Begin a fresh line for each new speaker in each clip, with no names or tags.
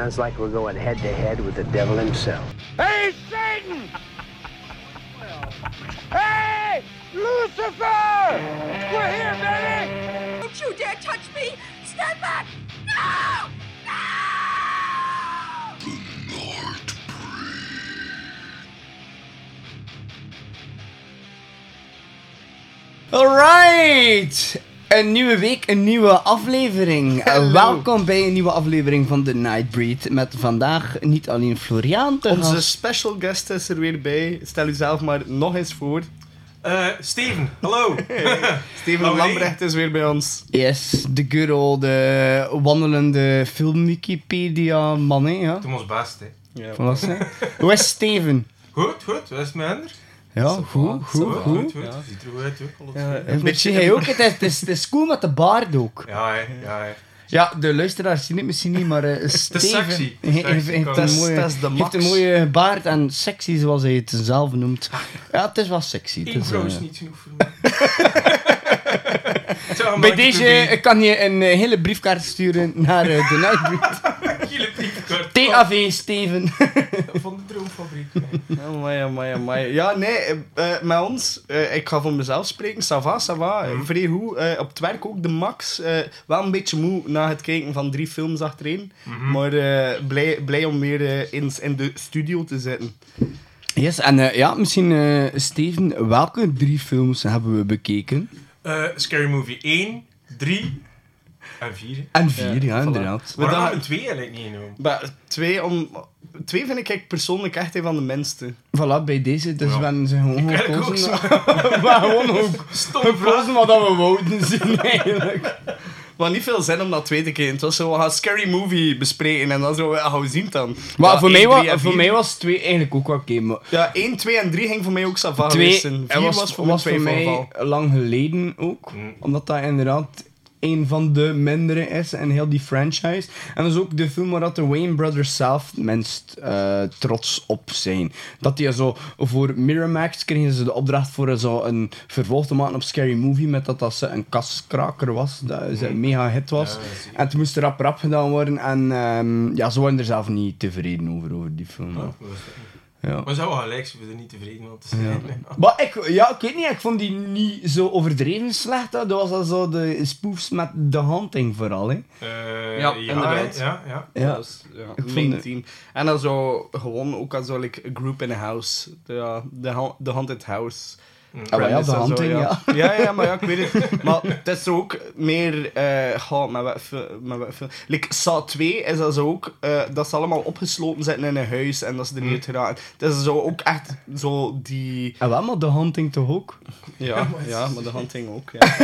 sounds like we're going head-to-head with the devil himself.
Hey, Satan! Hey, Lucifer! We're here, baby!
Don't you dare touch me! Stand back! No!
Alright! Een nieuwe week, een nieuwe aflevering. Welkom bij een nieuwe aflevering van The Nightbreed. Met vandaag niet alleen Florian te
Onze
gast.
special guest is er weer bij. Stel uzelf maar nog eens voor.
Steven, hallo.
Steven
Hallo.
Lambrecht is weer bij ons.
Yes, de good old wandelende film-Wikipedia man, hè, ja.
Doe ons best, hè.
Ja.
Voilà, hè. Hoe is Steven?
Goed, hoe is het met hen?
Ja, goed.
Goed.
Ja.
Ziet er goed uit, ook.
Een beetje
Hij ook, het is cool met de baard ook.
Ja, hè.
Ja, de luisteraars zien het misschien niet, maar Steven
sexy.
heeft
Dat is de max.
een mooie baard en sexy zoals hij het zelf noemt. Ja, het is wel sexy. Het
Eén
is,
vrouw is niet genoeg voor mij.
bij deze kan je een hele briefkaart sturen naar The Nightbreed.
Hele briefkaart.
TAV Steven.
Van de Droomfabriek.
Amai. Ja, nee, met ons, ik ga voor mezelf spreken, ça va. Vrij goed. Op het werk ook de max. Wel een beetje moe na het kijken van 3 films achtereen. Maar blij om weer in de studio te zitten.
Yes, en ja, misschien Steven, welke 3 films hebben we bekeken?
Scary Movie 1, 3 en 4.
En 4, ja,
voilà.
inderdaad.
Waarom
dachten-
hebben we 2 eigenlijk niet genomen?
Maar 2 vind ik persoonlijk echt een van de minste.
Voilà, bij deze, dus
Ja.
we hebben ze gewoon
Ik ook
gekozen.
zo.
Maar gewoon ook
Stom
gekozen wat we wouden zien, eigenlijk.
Maar niet veel zin om dat 2 te kijken. Het was zo, we gaan Scary Movie bespreken en dan zo, gaan we zien het dan.
Maar
Ja,
voor,
1,
mij
3 en
voor
4.
mij was 2 eigenlijk ook wel oké, maar...
Ja, 1, 2 en 3 ging voor mij ook Sava
2
geweest zijn. 4 was voor mij
mij lang geleden ook. Omdat dat inderdaad een van de mindere is in heel die franchise. En dat is ook de film waar dat de Wayne Brothers zelf het minst trots op zijn. Dat die zo voor Miramax kregen ze de opdracht voor zo een vervolg te maken op Scary Movie, met dat ze een kaskraker was, dat ze een mega hit was. En het moest rap gedaan worden en ja, ze waren er zelf niet tevreden over die film.
Ja,
Ja.
maar zou wel gelijk zijn, we er niet tevreden mee te zijn.
Maar ik weet niet, ik vond die niet zo overdreven slecht. Hè. Dat was al zo de spoofs met The Hunting vooral. Hè.
Ja, inderdaad.
Ja.
Ja.
Dat is, ja,
Ik
main
vond
team. En dan zo gewoon ook als zo like a group in a house. The Haunted House.
Ah, maar ja,
Premise
The
en zo,
Hunting, ja.
Ja, maar ja, ik weet het. Maar het is zo ook meer... Like Saw 2 is dat zo ook... dat ze allemaal opgesloten zitten in een huis en dat ze er niet uit geraken. Het is zo ook echt zo die...
En wel, maar The Hunting toch ook?
Ja, maar de Hunting ook, ja.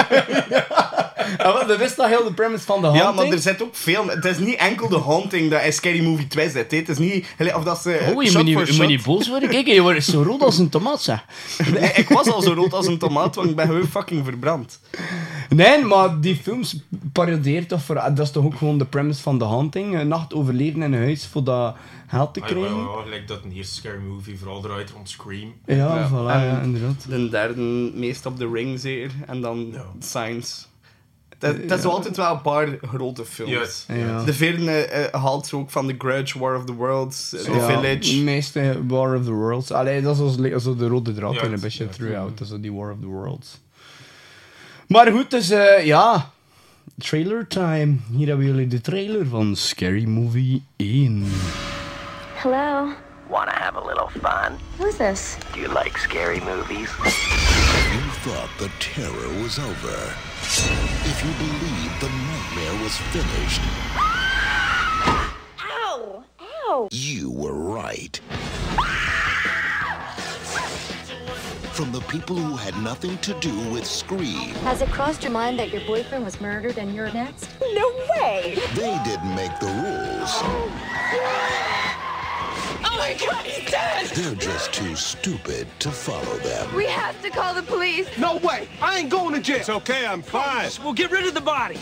Dat is toch heel de premise van The Hunting?
Ja, maar er zit ook veel... Het is niet enkel de Haunting dat in Scary Movie 2 zit. Hè. Het is niet... Of dat ze...
Oh, je
shot
moet
for
niet, je moet niet boos worden. Kijk, je wordt zo rood als een tomaat, zeg.
Ik was al zo rood als een tomaat, want ik ben gewoon fucking verbrand.
Nee, maar die films parodieert toch voor... Dat is toch ook gewoon de premise van The Hunting? Een nacht overleven in een huis voor dat geld te krijgen?
Ja, lijkt dat een eerste Scary Movie vooral eruit rond Scream.
Ja, voilà,
En
ja, inderdaad.
de derde meest op de ring zeer. En dan
Ja.
Signs. Het is altijd wel een paar grote films.
Juist.
Ja.
De vierde haalt ze ook van The Grudge, War of the Worlds, The
Ja,
Village.
de meeste War of the Worlds. Allee, dat is zo de rode draad
Ja,
in een
het-
beetje
ja,
throughout. Dat is zo die War of the Worlds. Maar goed, dus ja... Trailer time. Hier hebben jullie de trailer van Scary Movie 1.
Hello.
Wanna have a little fun?
Who's this?
Do you like scary movies?
You thought the terror was over. If you believed the nightmare was finished,
Ow! Ow!
you were right. From the people who had nothing to do with Scream,
Has it crossed your mind that your boyfriend was murdered and you're next?
No way!
they didn't make the rules.
Oh my god, he's dead!
They're just too stupid to follow them.
We have to call the police!
No way! I ain't going to jail! It's okay, I'm fine. We'll get rid of the body.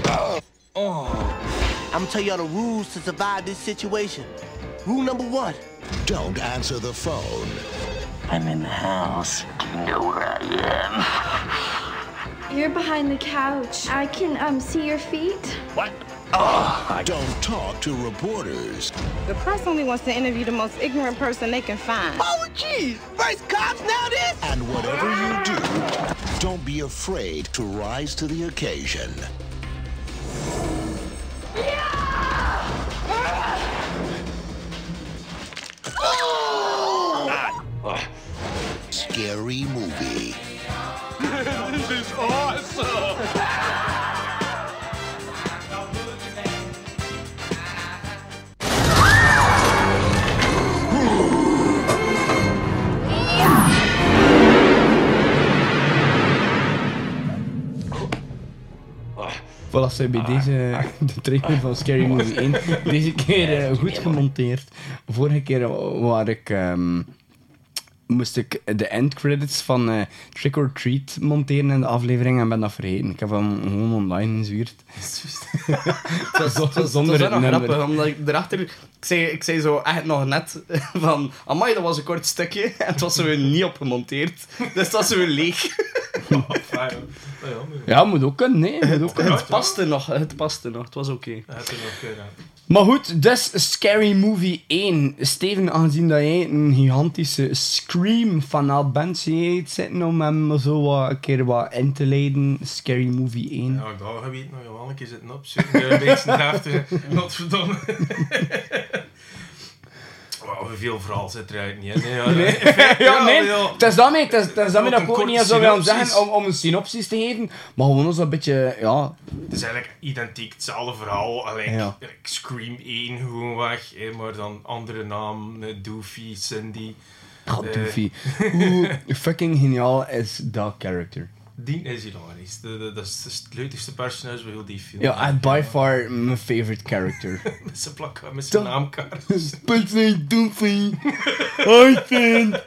I'm gonna tell y'all the rules to survive this situation. Rule number 1.
Don't answer the phone.
I'm in the house. Do you know where I am?
You're behind the couch. I can see your feet.
What?
Don't talk to reporters.
The press only wants to interview the most ignorant person they can find.
Oh, geez. First cops, now this?
And whatever you do, don't be afraid to rise to the occasion. Scary movie.
This is awesome!
Voilà, ze bij deze de trailer van Scary Movie 1 deze keer goed gemonteerd. Vorige keer moest ik de endcredits van Trick or Treat monteren in de aflevering en ben dat vergeten. Ik heb hem gewoon online gezuurd.
Zonder het nummer. Grappig, omdat ik erachter... Ik zei zo echt nog net van... Amai, dat was een kort stukje. En het was zo weer niet opgemonteerd. Dus het was zo weer leeg.
Ja, moet ook kunnen, nee.
Het paste nog. Het was oké.
Maar goed, dus Scary Movie 1. Steven, aangezien dat jij een gigantische Scream-fanaat bent, zie je het zitten om hem zo een keer wat in te leiden. Scary Movie 1.
Ja, ik dacht, weet nog wel een keer zitten opzoeken. Een beetje heftig. Godverdomme. Wow, veel verhaal zit eruit niet, hè?
Nee. Het is daarmee dat ik ook niet zo wil zeggen om een synopsis te geven, maar gewoon zo'n beetje, ja...
Het is eigenlijk identiek hetzelfde verhaal, alleen Scream 1 gewoon weg, maar dan andere naam, Doofy, Cindy.
Doofy. Hoe fucking geniaal is dat character?
Die is hilarisch. Dat is het leukste personage van heel die film.
Ja, by far mijn favorite character.
Met zijn plakkaat, met zijn naamkaart.
But say Doofy. I think.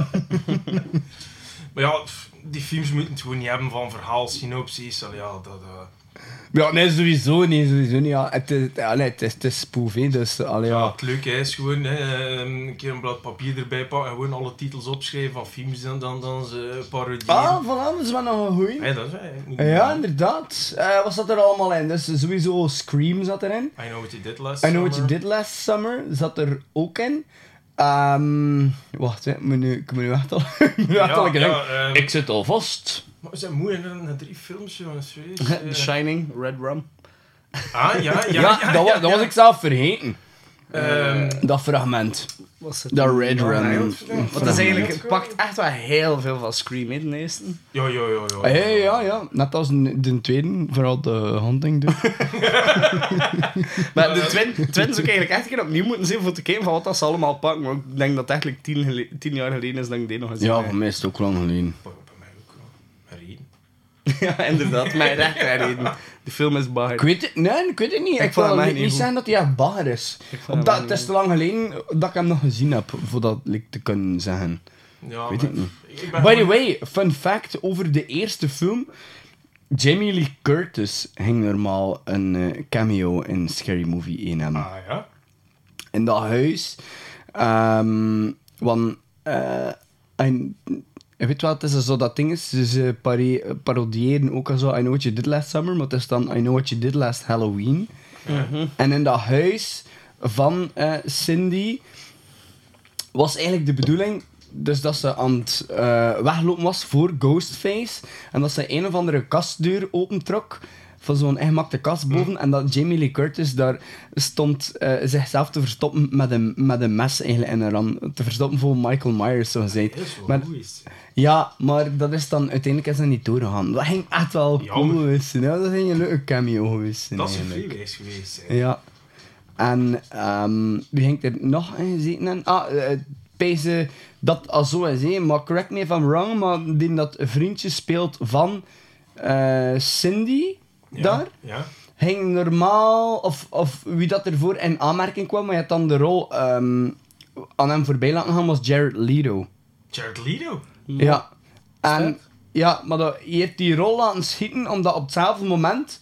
Maar ja, die films moeten het gewoon niet hebben van verhaal, synopsis. Ja,
Ja, nee, sowieso niet. Ja, het is spoof, hè, dus...
Ja, het leuke is gewoon een keer een blad papier erbij pakken en gewoon alle titels opschrijven van films en dan ze parodieën.
Ah, voilà, dat is wel nog een goeie.
Ja, dat is eigenlijk
niet inderdaad. Wat zat er allemaal in? Dus sowieso Scream zat erin.
I Know What You Did Last
Summer.
I
Know What You Did Last Summer zat er ook in. Wacht, hè. Ik moet nu echt al... ik zit al vast.
Maar we zijn moe naar 3 films, jongens.
The Shining, Red Rum.
Ah, ja.
Dat was ik zelf vergeten. Dat fragment. Dat Red Rum.
Want dat is eigenlijk, het pakt echt wel heel veel van Scream in, de eerste.
Ja.
Net als de tweede, vooral de hunting doet.
Maar de twin is ook eigenlijk echt een keer opnieuw moeten zien voor te kijken van wat dat ze allemaal pakken. Maar ik denk dat het eigenlijk 10 jaar geleden is dat ik die nog eens
Ja, voor mij is het ook lang geleden.
Ja, inderdaad, mijn recht reden. De film is bagger.
Ik weet het niet. Ik wil niet zeggen dat hij echt bagger is. Het is te lang geleden dat ik hem nog gezien heb, voordat ik te kunnen zeggen.
Ja,
weet ik niet. By the way, fun fact over de eerste film. Jamie Lee Curtis ging normaal een cameo in Scary Movie 1 hebben.
Ah, ja?
In dat huis. Je weet wat, het is zo dat ding is. Ze parodiëren ook al zo I Know What You Did Last Summer, maar het is dan I Know What You Did Last Halloween. Mm-hmm. En in dat huis van Cindy was eigenlijk de bedoeling dus dat ze aan het weglopen was voor Ghostface en dat ze een of andere kastdeur opentrok van zo'n ingemakte kast boven en dat Jamie Lee Curtis daar stond zichzelf te verstoppen met een mes eigenlijk in haar hand. Te verstoppen voor Michael Myers, zo gezegd. Ja, maar dat is dan uiteindelijk is dat niet doorgegaan. Dat ging echt wel cool geweest. Ja, dat ging een leuke cameo geweest.
Dat is een freeways geweest.
Ja. En wie ging er nog in gezeten? Pijzen dat al zo is, hè. Maar correct me if I'm wrong, maar die dat vriendje speelt van Cindy daar, ging normaal, of wie dat ervoor in aanmerking kwam, maar je had dan de rol aan hem voorbij laten gaan, was Jared Leto.
Jared Leto?
Ja. En, ja, maar hij heeft die rol laten schieten, omdat op hetzelfde moment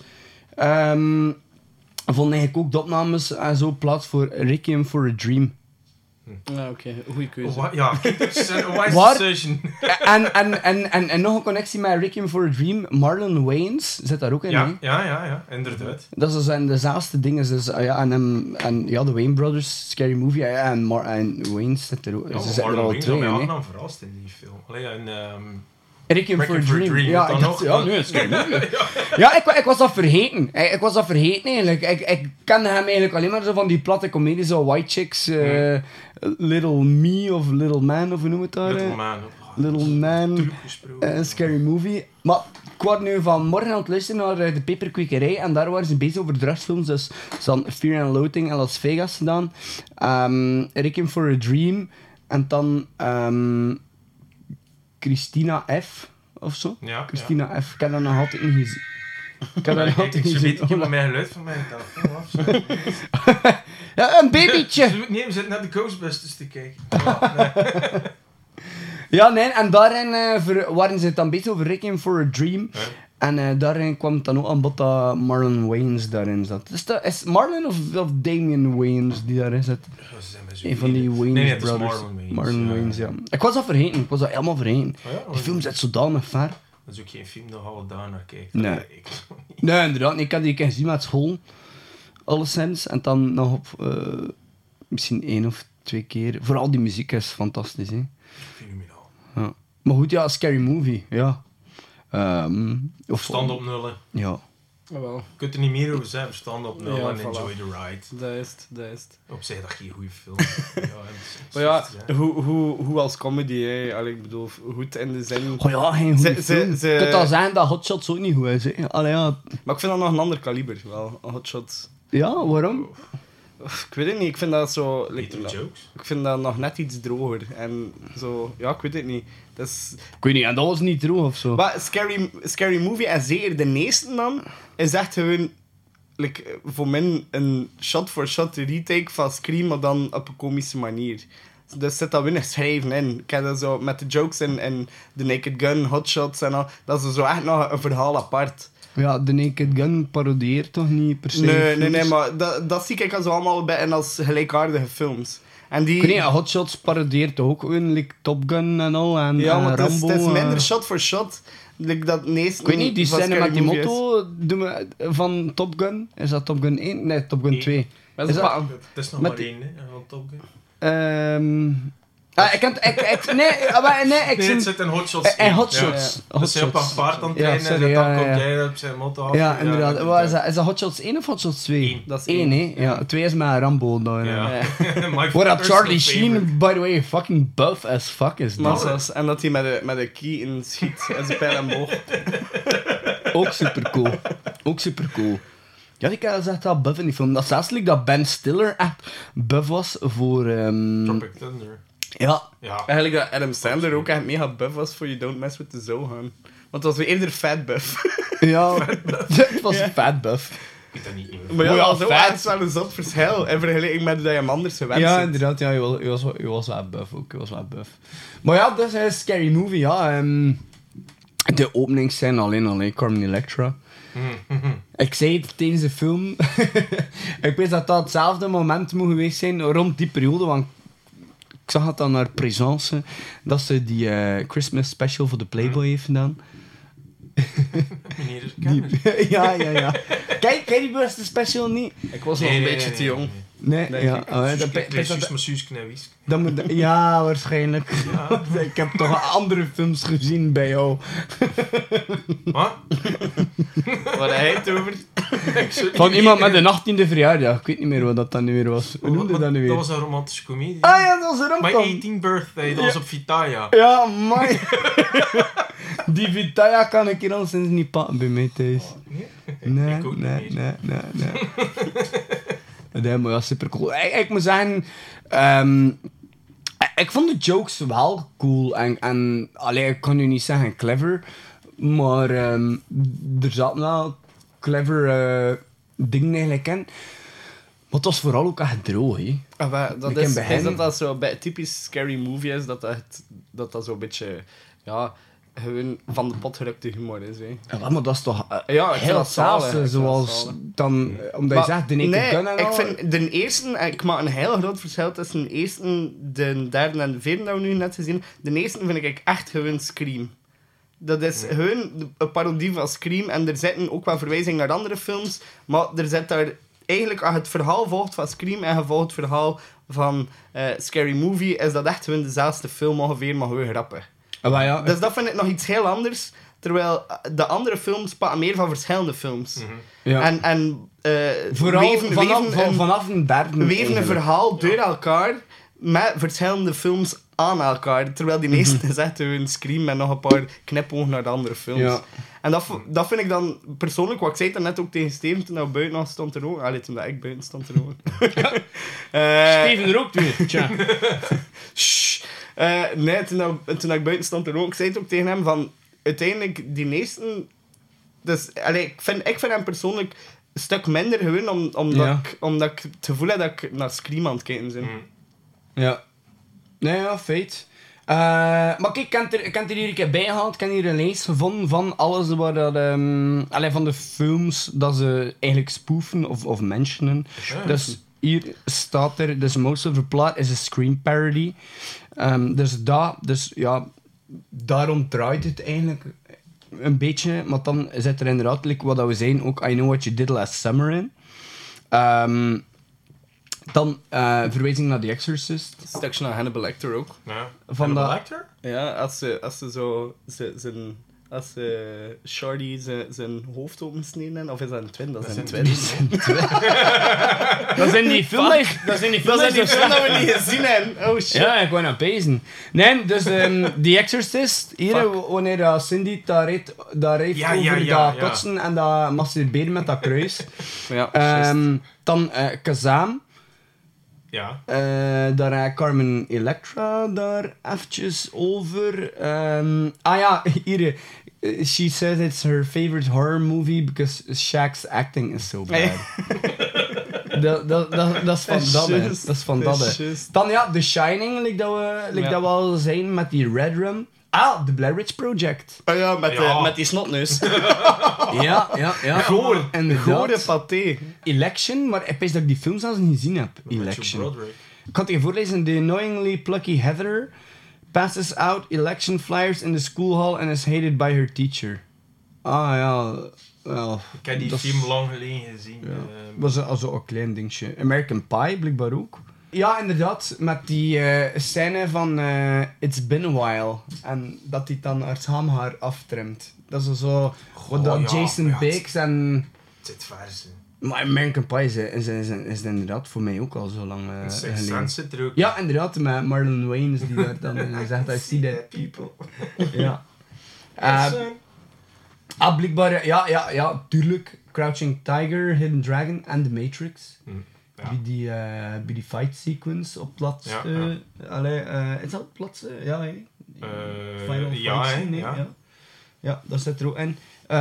vond eigenlijk ook de opnames en zo plaats voor Requiem for a Dream.
Ja, oké. Goeie keuze.
Ja, kijk, dat is een wise
Waar?
decision.
En nog een connectie met Requiem for a Dream. Marlon Wayans zit daar ook in, hè?
Ja, inderdaad.
Dat zijn dezelfde dingen. Dus, en de Wayne Brothers, Scary Movie, en Wayans zit er ook.
Ja,
Ze zitten er al
Marlon
twee
Wayans
in,
had
hè?
mij ook verrast in die film. Allee,
Requiem for a Dream. Ja,
dan
ik dacht,
nog.
ja, nu is het Ja, ik was dat vergeten. Ik was dat vergeten, eigenlijk. Ik kende hem eigenlijk alleen maar zo van die platte comedies, zo White Chicks, Little Me of Little Man, of hoe noem het daar?
Little Man.
Little Man, Scary Movie. Maar ik was nu vanmorgen aan het luisteren naar de Peperkwekerij en daar waren ze bezig over drugsfilms. Dus ze hadden Fear and Loathing in Las Vegas gedaan. Requiem for a Dream. En dan Christina F. of zo.
Ja,
Christina F. Ik heb dat nog altijd niet gezien. Ik heb dat nog altijd niet
Ze
gezien.
weet niet met mijn geluid van mijn telefoon af.
Ja, een babytje!
Nee, we zitten naar de Ghostbusters te kijken. Ja, nee.
Ja, nee, en daarin waren ze het dan bezig over Requiem for a Dream.
Ja.
En daarin kwam het dan ook aan bod dat Marlon Wayans daarin zat. Is Marlon of Damien Wayans die daarin zit? Een van die Wayans brothers. Marlon Wayans, ja. Ik was dat vergeten, ik was dat helemaal vergeten.
Oh ja,
Die film zit zodanig ver.
Dat is ook geen film dat alle daar naar kijkt.
Nee. Nee, inderdaad. Ik had die gezien met school. Alleszins. En dan nog op misschien 1 of 2 keer. Vooral die muziek is fantastisch, hè.
Fenomenaal.
Ja. Maar goed, ja, Scary Movie, ja. Of
Stand op nullen.
Ja.
Wel.
Je kunt er niet meer over zeggen. Stand op nullen
Ja,
en
voilà.
enjoy the ride.
Dat is het.
Op zich dat geen goede film.
Maar ja, hoe als comedy, hè. Allee, ik bedoel, goed in de zin...
Oh ja, geen goede film. Je kunt al zeggen dat Hot Shots ook niet goed is, hè. Allee, ja.
Maar ik vind dat nog een ander kaliber, wel. Hot Shots.
Ja, waarom?
Ik weet het niet, ik vind dat zo...
Betere jokes.
Ik vind dat nog net iets droger. En zo... Ja, ik weet het niet. Dat is...
Ik weet niet, en dat was niet droog of zo.
Maar Scary Movie, en zeker de meeste dan, is echt gewoon... voor mij een shot-for-shot retake van Scream, maar dan op een komische manier. Dus zit dat weer geschreven in. Ik heb dat zo met de jokes en The Naked Gun, Hot Shots en al. Dat is zo echt nog een verhaal apart.
Ja, The Naked Gun parodieert toch niet per se?
Nee, maar dat zie ik als allemaal bij en als gelijkaardige films. En die...
Ik weet niet, Hot Shots parodieert toch ook gewoon, like Top Gun en al, en
ja, maar
Rambo.
het is minder shot-for-shot. Dat meest
Ik weet niet, die
van
scène
Scary
met die
Movie is.
motto doen we, van Top Gun. Is dat Top Gun 1? Nee, Top Gun 2.
Dat
Is
is
dat...
Het is nog
Met
maar
die-
één, hè, van Top Gun.
Ik
Nee, het zit in Hot Shots.
En Hot
Ja.
Shots.
Ja. Dus hij op een paard aan het trainen
sorry,
en dan
ja,
komt
ja.
jij op zijn motto af.
Ja, inderdaad.
dat
Wat is
doet
dat? Is dat Hot Shots 1 of Hot Shots 2?
Eén.
Dat is
1,
één.
hè? Ja, 2 is met Rambo daar.
hij.
Ja.
Ja. My
Waar dat
personal
Charlie
favorite.
Sheen, by the way, fucking buff as fuck is.
Maar
Dat.
zelfs- en dat hij met de key in schiet en zijn pijl en boog.
Ook super cool. Ook super cool. Ja, ik had echt wel buff in die film. Dat is zelfs like dat Ben Stiller echt buff was voor...
Tropic Thunder.
Ja,
Ja.
Eigenlijk dat Adam Sandler ook echt mega buff was voor You Don't Mess With The Zohan. Want het was weer eerder fat buff.
ja. Het was fat buff.
Ik weet dat niet meer.
Maar ja,
Oh ja,
dat was ook
fat.
echt wel een zot verschil in vergelijking met dat je hem anders gewend
Ja,
bent.
inderdaad. Ja, je was wel buff ook. Je was wel buff. Maar ja, dat is een Scary Movie, ja. De openings zijn alleen Carmen Electra. Ik zei het tijdens de film. Ik wist dat dat hetzelfde moment moet geweest zijn rond die periode, want ik zag het dan naar Présence, dat ze die Christmas special voor de Playboy heeft gedaan.
Meneer is kennis.
ja. Kijk die beste special niet?
Ik was nog een beetje te jong.
Nee,
Denk
ja.
ik.
Dat
Ik lees juist mijn Suus Knewis.
dat moet, ja, waarschijnlijk. Ik heb toch andere films gezien bij jou.
Wat?
Waar hij het over...
Van iemand met een 18e verjaardag. Ik weet niet meer wat dat dan nu weer was. Hoe noemde dat nu weer?
Dat was een romantische comedie.
Ah ja, dat was er ook
My
dan.
18th birthday, dat was op Vitaya.
Ja, man. Die Vitaya kan ik hier al sinds niet pakken bij mij thuis. Nee,
ik ook
nee.
niet meer.
Nee, maar ja, super cool. Ik moet zeggen, ik vond de jokes wel cool. En allee, ik kan nu niet zeggen clever, maar er zaten wel clever dingen eigenlijk in. Maar het was vooral ook echt droog, hè.
Dat
Ik
is,
ken bij
is
hem.
dat zo bij typisch Scary Movie is, dat zo'n beetje... Ja, gewoon van de pot gerukte humor is. Hè.
Ja, maar dat is toch
Ja, ik vind
heel
dat zalig,
hetzelfde,
ik vind dat
zoals
zalig.
dan, omdat je zegt, de ene
nee,
kunnen
ik
al.
vind de eerste, ik maak een heel groot verschil tussen de eerste, de derde en de vierde dat we nu net gezien. De eerste vind ik echt gewoon Scream. Dat is gewoon een parodie van Scream en er zitten ook wel verwijzingen naar andere films, maar er zit daar eigenlijk, als je het verhaal volgt van Scream en je volgt het verhaal van Scary Movie, is dat echt gewoon dezelfde film ongeveer, maar gewoon grappig.
Maar ja,
Dus dat vind ik nog iets heel anders. Terwijl de andere films pakken meer van verschillende films.
ja.
En
Vooral vanaf een derde.
weven een
eigenlijk.
verhaal door elkaar met verschillende films aan elkaar. Terwijl die eerste is echt een Scream met nog een paar knipogen naar de andere films.
Ja.
En dat vind ik dan persoonlijk, wat ik zei net ook tegen Steven toen hij buiten nog stond te roken. Allee, toen ik buiten stond te roken.
Steven rookt weer. Tja.
Nee, toen ik buiten stond te roken, ik zei het ook tegen hem van uiteindelijk die eerste. Dus, ik vind hem persoonlijk een stuk minder gewoon omdat ik het gevoel heb dat ik naar Scream aan het kijken ben.
Ja. Nee, ja, feit. Maar kijk, ik heb er hier een keer bijgehaald. Ik heb hier een lijst gevonden van alles waar dat... van de films dat ze eigenlijk spoofen of mentionen. Dus hier staat er... Dus most of the plot is a Scream parody. Dus ja, daarom draait het eigenlijk een beetje. Maar dan zit er inderdaad, like wat we zijn, ook I Know What You Did Last Summer in. Dan verwijzing naar The Exorcist.
Een stukje naar Hannibal Lecter ook.
Ja.
Van
Hannibal
dat-
Lecter?
Ja, als ze zo... Als Shardy zijn hoofd opensneden, of is dat een twin? Dat is een twin.
Dat zijn die film dat zijn die film
Dat is die film dat we niet gezien hebben. Oh shit.
Ja, ik wou naar pezen. Nee, dus The Exorcist, hier, wanneer Cindy daar heeft
Ja,
over
ja,
dat
ja.
kotsen en dat masturberen met dat kruis.
Ja, juist.
Dan Kazam,
Ja.
daar Carmen Electra daar eventjes over. Hier. She says it's her favorite horror movie because Shaq's acting is so bad. Dat is van dat, hè. Dat is van dat, hè. Dan ja, The Shining, like dat we al zijn, met die Red Rum. The Blair Witch Project.
Oh ja,
Ja.
met die snotneus.
Ja.
Goor.
Inderdaad.
Gore paté.
Election, maar ik weet dat ik die film zelfs niet gezien heb.
Matthew
Election.
Broderick.
Ik kan het je voorlezen. The annoyingly plucky Heather passes out election flyers in the school hall and is hated by her teacher. Ja. Wel,
Ik heb die
dat is-
film lang geleden gezien.
was also een klein dingetje. American Pie, blijkbaar ook. Ja, inderdaad. Met die scène van It's Been a While. En dat hij dan haar schaamhaar aftrimt. Dat is zo... Wat dat
ja,
Jason
ja,
Biggs en...
Het zit vers, hè.
Maar American Pie is inderdaad voor mij ook al zo lang
Sixth
geleden.
Sense zit er ook.
Ja, inderdaad, met Marlon Wayans die daar dan zegt, I see that people. Ja. Blijkbaar, ja, tuurlijk. Crouching Tiger, Hidden Dragon en The Matrix.
Ja.
Bij die fight sequence op plat. Is dat plat? Ja, hè? Final
ja,
fight
hè,
scene, hè?
ja.
Ja, dat zit er ook in.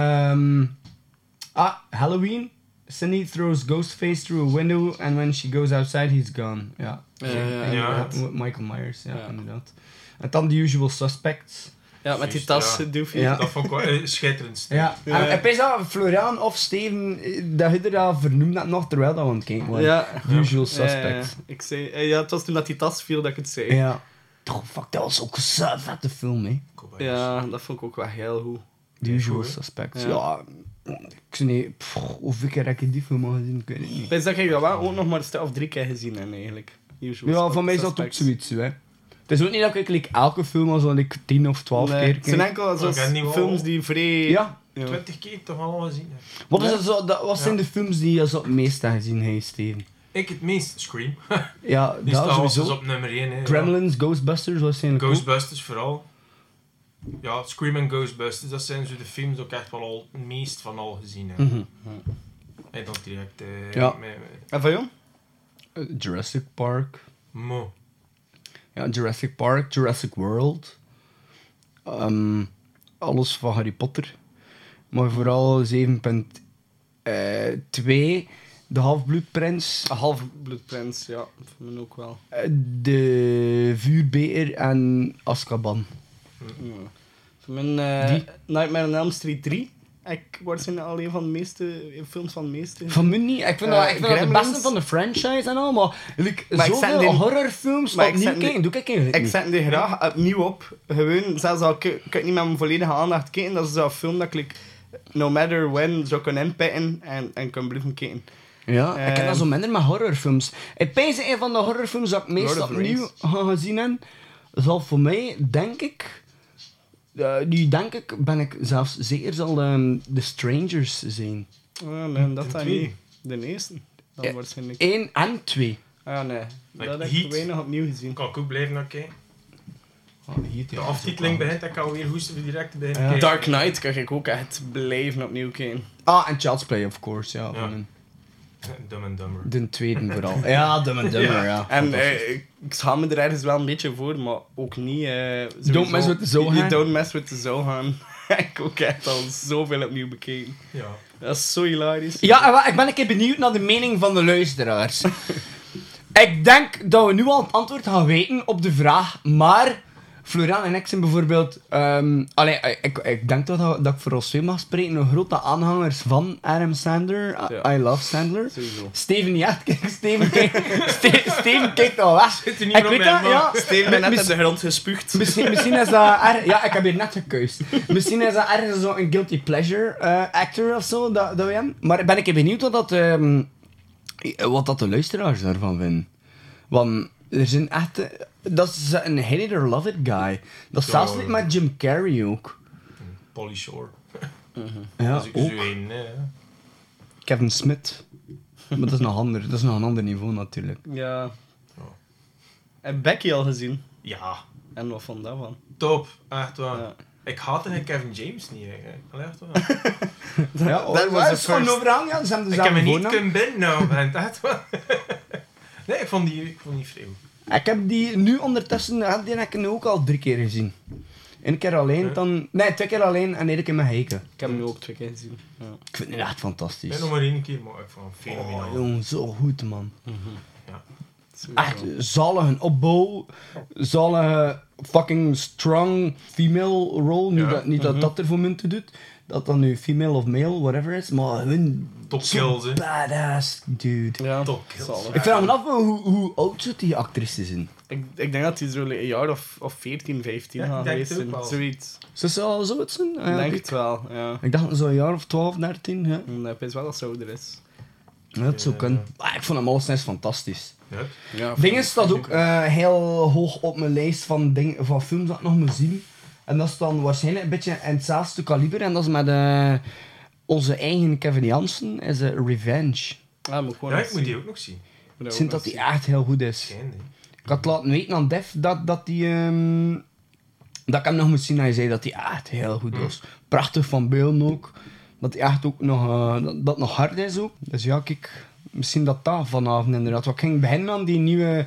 Halloween. Cindy throws Ghostface through a window and when she goes outside, he's gone. Ja.
Ja.
Michael Myers, ja,
Ja.
inderdaad. En dan The Usual Suspects.
Ja, met die
Juist,
tas, doofje.
Ja.
Dat vond ik wel schitterend.
Ja. En ik weet dat Florian of Steven, dat je er dat vernoemd had nog terwijl dat we aan het kijken waren.
Ja.
The Usual Suspects.
Ik zei, het was toen dat die tas viel dat ik het zei.
Ja. Toch, fuck, dat was ook een zo vette film, hè.
Ja, dat vond ik ook wel heel goed.
The Usual
goed, hè?
Suspects.
Ja.
Ja. Ik zei niet, hoeveel keer heb ik die film al gezien? Ik weet het niet.
Ik dat ik dat wel ook nog maar een stuk of 3 keer gezien heb, eigenlijk.
Ja, van mij is dat ook zoiets, hè. Het is ook niet dat ik like, elke film al zo'n 10 of 12 keer
Het zijn
kijk.
enkel zoals
Ik heb die wel-
films die vrij...
Ja.
20 keer toch allemaal gezien. Hè.
Wat, is het zo, wat zijn de films die je zo het meest hebt gezien, hey, Steven?
Ik het meest Scream.
Ja,
Die
dat
staat
sowieso.
dus op nummer 1. Hè,
Gremlins, Ghostbusters, wat zijn de
Ghostbusters vooral. Ja, Scream en Ghostbusters, dat zijn zo de films die ik echt wel al het meest van al gezien heb. En dan direct...
Ja.
En van jou?
Jurassic Park.
Mo.
Ja, Jurassic Park, Jurassic World. Alles van Harry Potter. Maar vooral 7.2. De Halfbloedprins.
Halfbloedprins, ja. Voor mij ook wel.
De Vuurbeer en Azkaban.
Ja. Mijn Nightmare on Elm Street 3. Ik waarschijnlijk al een van de meeste films van de meeste.
Van mij niet. Ik vind dat de
Gremlins.
beste van de franchise en al, maar
Maar ik
zoveel
zet die-
horrorfilms
maar ik
opnieuw
zet die-
kijken, doe ik eigenlijk
Ik
niet.
zet die graag opnieuw op. Gewoon, zelfs al kan ik niet met mijn volledige aandacht kijken, dat is zo'n film dat ik no matter when zou kunnen inpikken en kan blijven kijken.
Ja, ik heb dat zo minder met horrorfilms. Ik pijs een van de horrorfilms dat ik meest
Lord of the
opnieuw ga gezien heb, zal voor mij, denk ik... nu denk ik, ben ik zelfs zeker zal The Strangers zijn.
Oh, nee, dat dan
twee.
niet. De eerste. Dan
Ja.
waarschijnlijk.
1 en 2.
Ah, nee.
Like
Dat heb
Heat.
ik weinig opnieuw gezien.
Ik kan ook blijven naar kijken.
Oh,
De aftiteling begint, ik kan weer hoesten direct beginnen kijken.
Dark Knight kan ik ook echt blijven opnieuw kijken.
Ah, en Child's Play, of course, ja.
Ja.
Van een-
Dumb and Dumber.
de tweede vooral. Ja, Dumb and Dumber, ja.
En ik schaam me er ergens wel een beetje voor, maar ook niet. Sowieso.
Don't mess with the Zohan.
You don't mess with the Zohan. Ik ook echt al zoveel opnieuw bekeken.
Ja.
Dat is zo hilarisch.
Ja, en ik ben een keer benieuwd naar de mening van de luisteraars. Ik denk dat we nu al het antwoord gaan weten op de vraag, maar Florian en ik zijn bijvoorbeeld... ik denk dat ik voor ons twee mag spreken, een grote aanhangers van Adam Sandler.
Ja.
I love Sandler.
Sowieso.
Steven niet echt. Kijk, Steven kijkt al weg.
Zit er niet
Ik
op
weet
mijn
dat,
man.
ja.
Steven ben net op de grond gespuugd.
Misschien is dat... Ja, ik heb hier net gekuist. Misschien is dat ergens zo'n guilty pleasure actor of zo, dat we hebben. Maar ben ik benieuwd wat dat de luisteraars daarvan vinden. Want er zijn echt... dat is een hate it or love it guy. Dat is
Ja,
zelfs
ja.
niet met Jim Carrey ook.
Polly Shore.
Ja,
Dat is ook
ook.
zo een, hè.
Kevin Smith. Maar dat is nog ander. Dat is nog een ander niveau natuurlijk.
Ja. Heb Becky al gezien?
Ja,
En wat vond dat van?
top. Echt waar.
Ja.
Ik haatte Kevin James niet, eigenlijk. Allee, echt waar.
Ja,
that was the
gewoon
first.
overal. Ja, ze hebben
Ik heb me
dezelfde
niet
voornaam.
kunnen binden, nou, vent. Echt waar. Nee, ik vond die vreemd.
Ik heb die nu ondertussen... Die heb ik nu ook al 3 keer gezien. Eén keer alleen, dan... Nee, 2 keer alleen en 1 keer met Heike.
Ik heb hem nu ook 2 keer gezien. Ja.
Ik vind het echt
Ik
fantastisch.
ben nog maar 1 keer, maar ik vond hem fenomenaal.
Oh, jongen, zo goed, man.
Ja.
Echt zalige opbouw, zalige fucking strong female role.
Ja.
Niet dat dat er voor munten doet, dat dan nu female of male, whatever is, maar hun
Top
zo
kills, hè.
badass, dude.
Ja,
Top kills.
zalig.
Ik vraag me af hoe oud zou die actrice zijn.
Ik denk dat hij zo een jaar of 14, 15
Ja, ik
gaat
denk
geweest
het ook
zijn.
wel.
Zoiets.
Ze zou al zo oud zijn? Ah,
Ik
ja,
denk
kijk.
het wel, ja.
Ik dacht zo'n jaar of 12, 13. Ja.
En ik weet wel dat ze ouder is.
Ja, dat zou kunnen. Ah, ik vond hem alleszins fantastisch.
Ja.
Ja,
Dingen staat ook heel hoog op mijn lijst van films dat ik nog moet zien. En dat is dan waarschijnlijk een beetje in hetzelfde kaliber. En dat is met onze eigen Kevin Jansen, is Revenge.
Ah, moet ik gewoon
Ja,
eens
ik moet die
zien.
ook nog zien.
Moet
Ik
ook
vind
nog
dat die
zien.
echt heel goed is.
Schijn, hè.
Ik had laten weten aan Def dat die... dat ik hem nog moest zien. Hij zei dat die echt heel goed was. Prachtig van beelden ook. Dat hij echt ook nog... dat nog hard is ook. Dus ja, kijk... Misschien dat vanavond inderdaad. Want ik ging beginnen aan die nieuwe...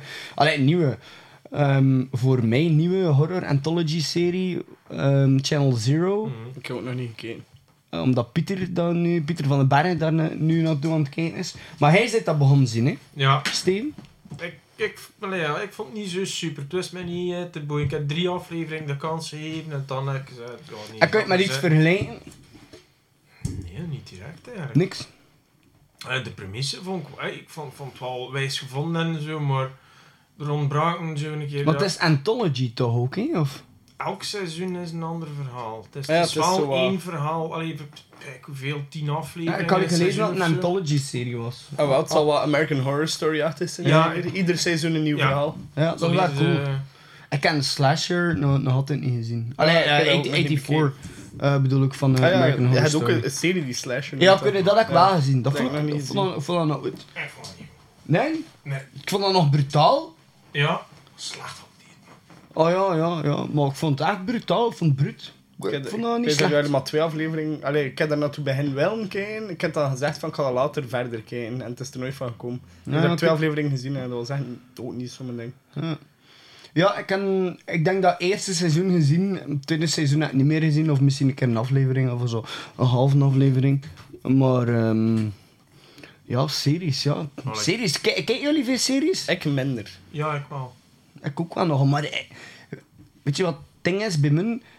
voor mij nieuwe horror anthology serie. Channel Zero.
Ik heb ook nog niet gekeken.
Omdat Pieter van den Berg daar nu naartoe aan het kijken is. Maar hij zit dat begonnen zien, hè?
Ja,
Steven?
ik vond het niet zo super. Het was mij niet te boeien. Ik heb 3 afleveringen de kans gegeven en dan heb ik gezegd... Ja, niet
En kan je het met iets vergelijken?
Nee, niet direct eigenlijk.
Niks.
De premisse vond ik vond het wel wijs gevonden en zo, maar er ontbraken zo een keer...
Want het is anthology toch ook, hè? Of?
Elk seizoen is een ander verhaal. Het is,
Ja,
het is
het is zo
wel
wel.
één verhaal. Allee, kijk hoeveel, 10 afleveringen.
Ja, ik had
in het
gelezen dat het
seizoen
een
of zo.
anthology-serie was.
Ah, wel, het zal wel American Horror Story-achtig zijn.
Ja.
Ieder seizoen een nieuw
Ja.
verhaal.
Ja, dat
Zo
is wel
is,
cool. Ik heb een slasher nog altijd niet gezien. Allee,
ik heb dat ook nog niet
84 bedoel ik van
Ah, ja,
American
je
Horror
had ook
Story.
een serie die Slasher
Ja,
noemt, hè.
dat heb ik wel gezien. Dat
Dat
vond
heb ik nog
ik
niet
vond dat nog goed.
Ik vond het niet.
Nee?
Nee.
Ik vond dat nog brutaal.
Ja, slecht op die.
Oh ja. Maar ik vond het echt brutaal. Ik vond het bruut. Ik vond dat niet
Ik
slecht.
heb er maar 2 afleveringen... Allee, ik heb daar naartoe begin wel een kijken. Ik heb dan gezegd van ik ga dat later verder kijken. En het is er nooit van gekomen.
Ja,
ik heb 2
oké.
afleveringen gezien en dat was echt ook niet zo'n ding.
Ja, ik denk dat eerste seizoen gezien. Het tweede seizoen heb ik niet meer gezien. Of misschien een keer een aflevering of zo. Een halve aflevering. Maar... ja, series, ja.
like-
Series. Kijken jullie veel series?
Ik minder.
Ja, ik wel.
Ik ook wel nog, maar weet je wat het ding is bij mij?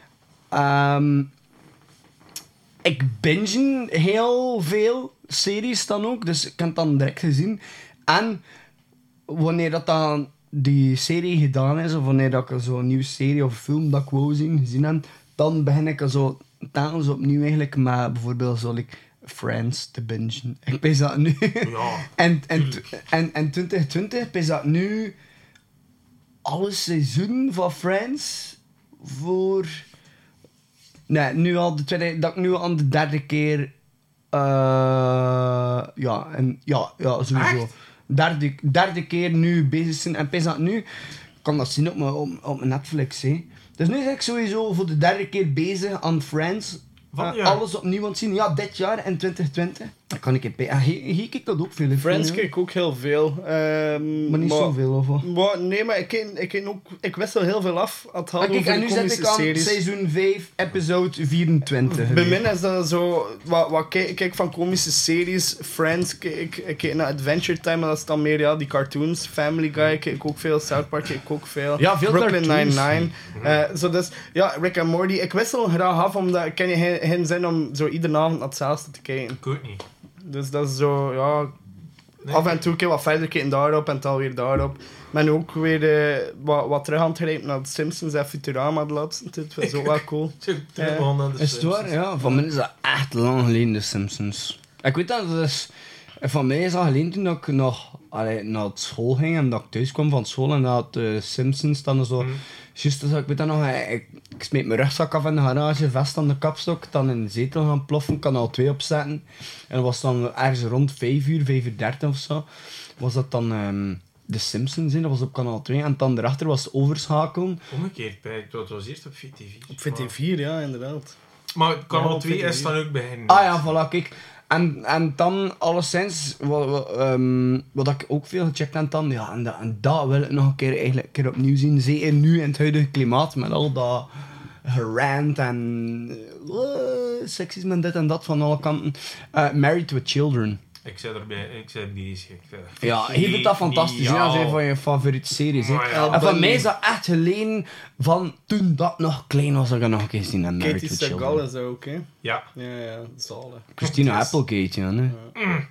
Ik binge heel veel series dan ook, dus ik heb het dan direct gezien. En wanneer dat dan die serie gedaan is, of wanneer dat ik zo'n nieuwe serie of film dat ik wou gezien heb, dan begin ik zo telkens opnieuw eigenlijk met bijvoorbeeld zo like Friends te bingen. Ik weet dat nu.
Ja,
en 2020 is dat nu alle seizoenen van Friends voor... Nee, nu al de tweede... Dat ik nu al de derde keer... sowieso. Derde keer nu bezig zijn. En is dat nu... Ik kan dat zien op mijn Netflix, hè. Dus nu ben ik sowieso voor de derde keer bezig aan Friends. Alles opnieuw aan het zien. Ja, dit jaar in 2020. Dan kan ik het bij... En hier kijk dat ook veel.
Friends kijk ik ook heel veel.
Maar niet zoveel, of wat?
Nee, maar ik wissel heel veel af. Het gaat over
en nu zit ik aan
series.
seizoen 5, episode 24.
Bij mij is dat zo... Wat kijk van komische series. Friends, ik kijk naar Adventure Time, maar dat is dan meer die cartoons. Family Guy kijk ik ook veel. South Park kijk ik ook veel.
Ja, veel
Brooklyn
cartoons.
Nine-Nine. Dus, ja, Rick and Morty. Ik wissel graag af, omdat ik ken geen zin om zo iedere avond naar hetzelfde te kijken.
ik ook niet.
Dus dat is zo, ja...
Nee.
Af en toe een keer wat verder kijken daarop en het alweer daarop. Maar nu ook weer wat terug aan het grijpen naar de Simpsons en Futurama de laatste tijd. Dat is ook wel cool.
Is het waar? Ja, van mij is dat echt lang geleden, de Simpsons. Ik weet dat, dus... Van mij is dat geleden toen dat ik nog naar school ging en dat ik thuis kwam van school en dat de Simpsons dan zo... Juist, dus ik weet dat nog, ik smeet mijn rugzak af in de garage, vest aan de kapstok, dan in de zetel gaan ploffen, kanaal 2 opzetten. En dat was dan ergens rond 5 uur, 5:30 of zo, was dat dan de Simpsons in, dat was op kanaal 2. En dan daarachter was het overschakelen.
Omgekeerd, het was eerst op VT4.
Op VT4, ja, inderdaad.
Maar kanaal
op
2
VT4.
is dan ook beginnen.
Ah ja, voilà, kijk. En dan, alleszins, wat ik ook veel gecheckt heb dan, ja, en dat wil ik nog een keer opnieuw zien. Zeker nu in het huidige klimaat, met al dat gerant en seksisme en dit en dat van alle kanten. Married with Children.
Ik zit erbij, ik zit bezig.
Ja, je vindt dat fantastisch, hè, als een van je favoriete series. Hè.
Maar ja,
En van mij is dat echt geleden van toen dat nog klein was, dat ik dat nog een keer gezien heb. Married
Katie
with
Segal
Children.
is ook, hè.
Ja.
Ja, zalig.
Christina Applegate, ja. Nee.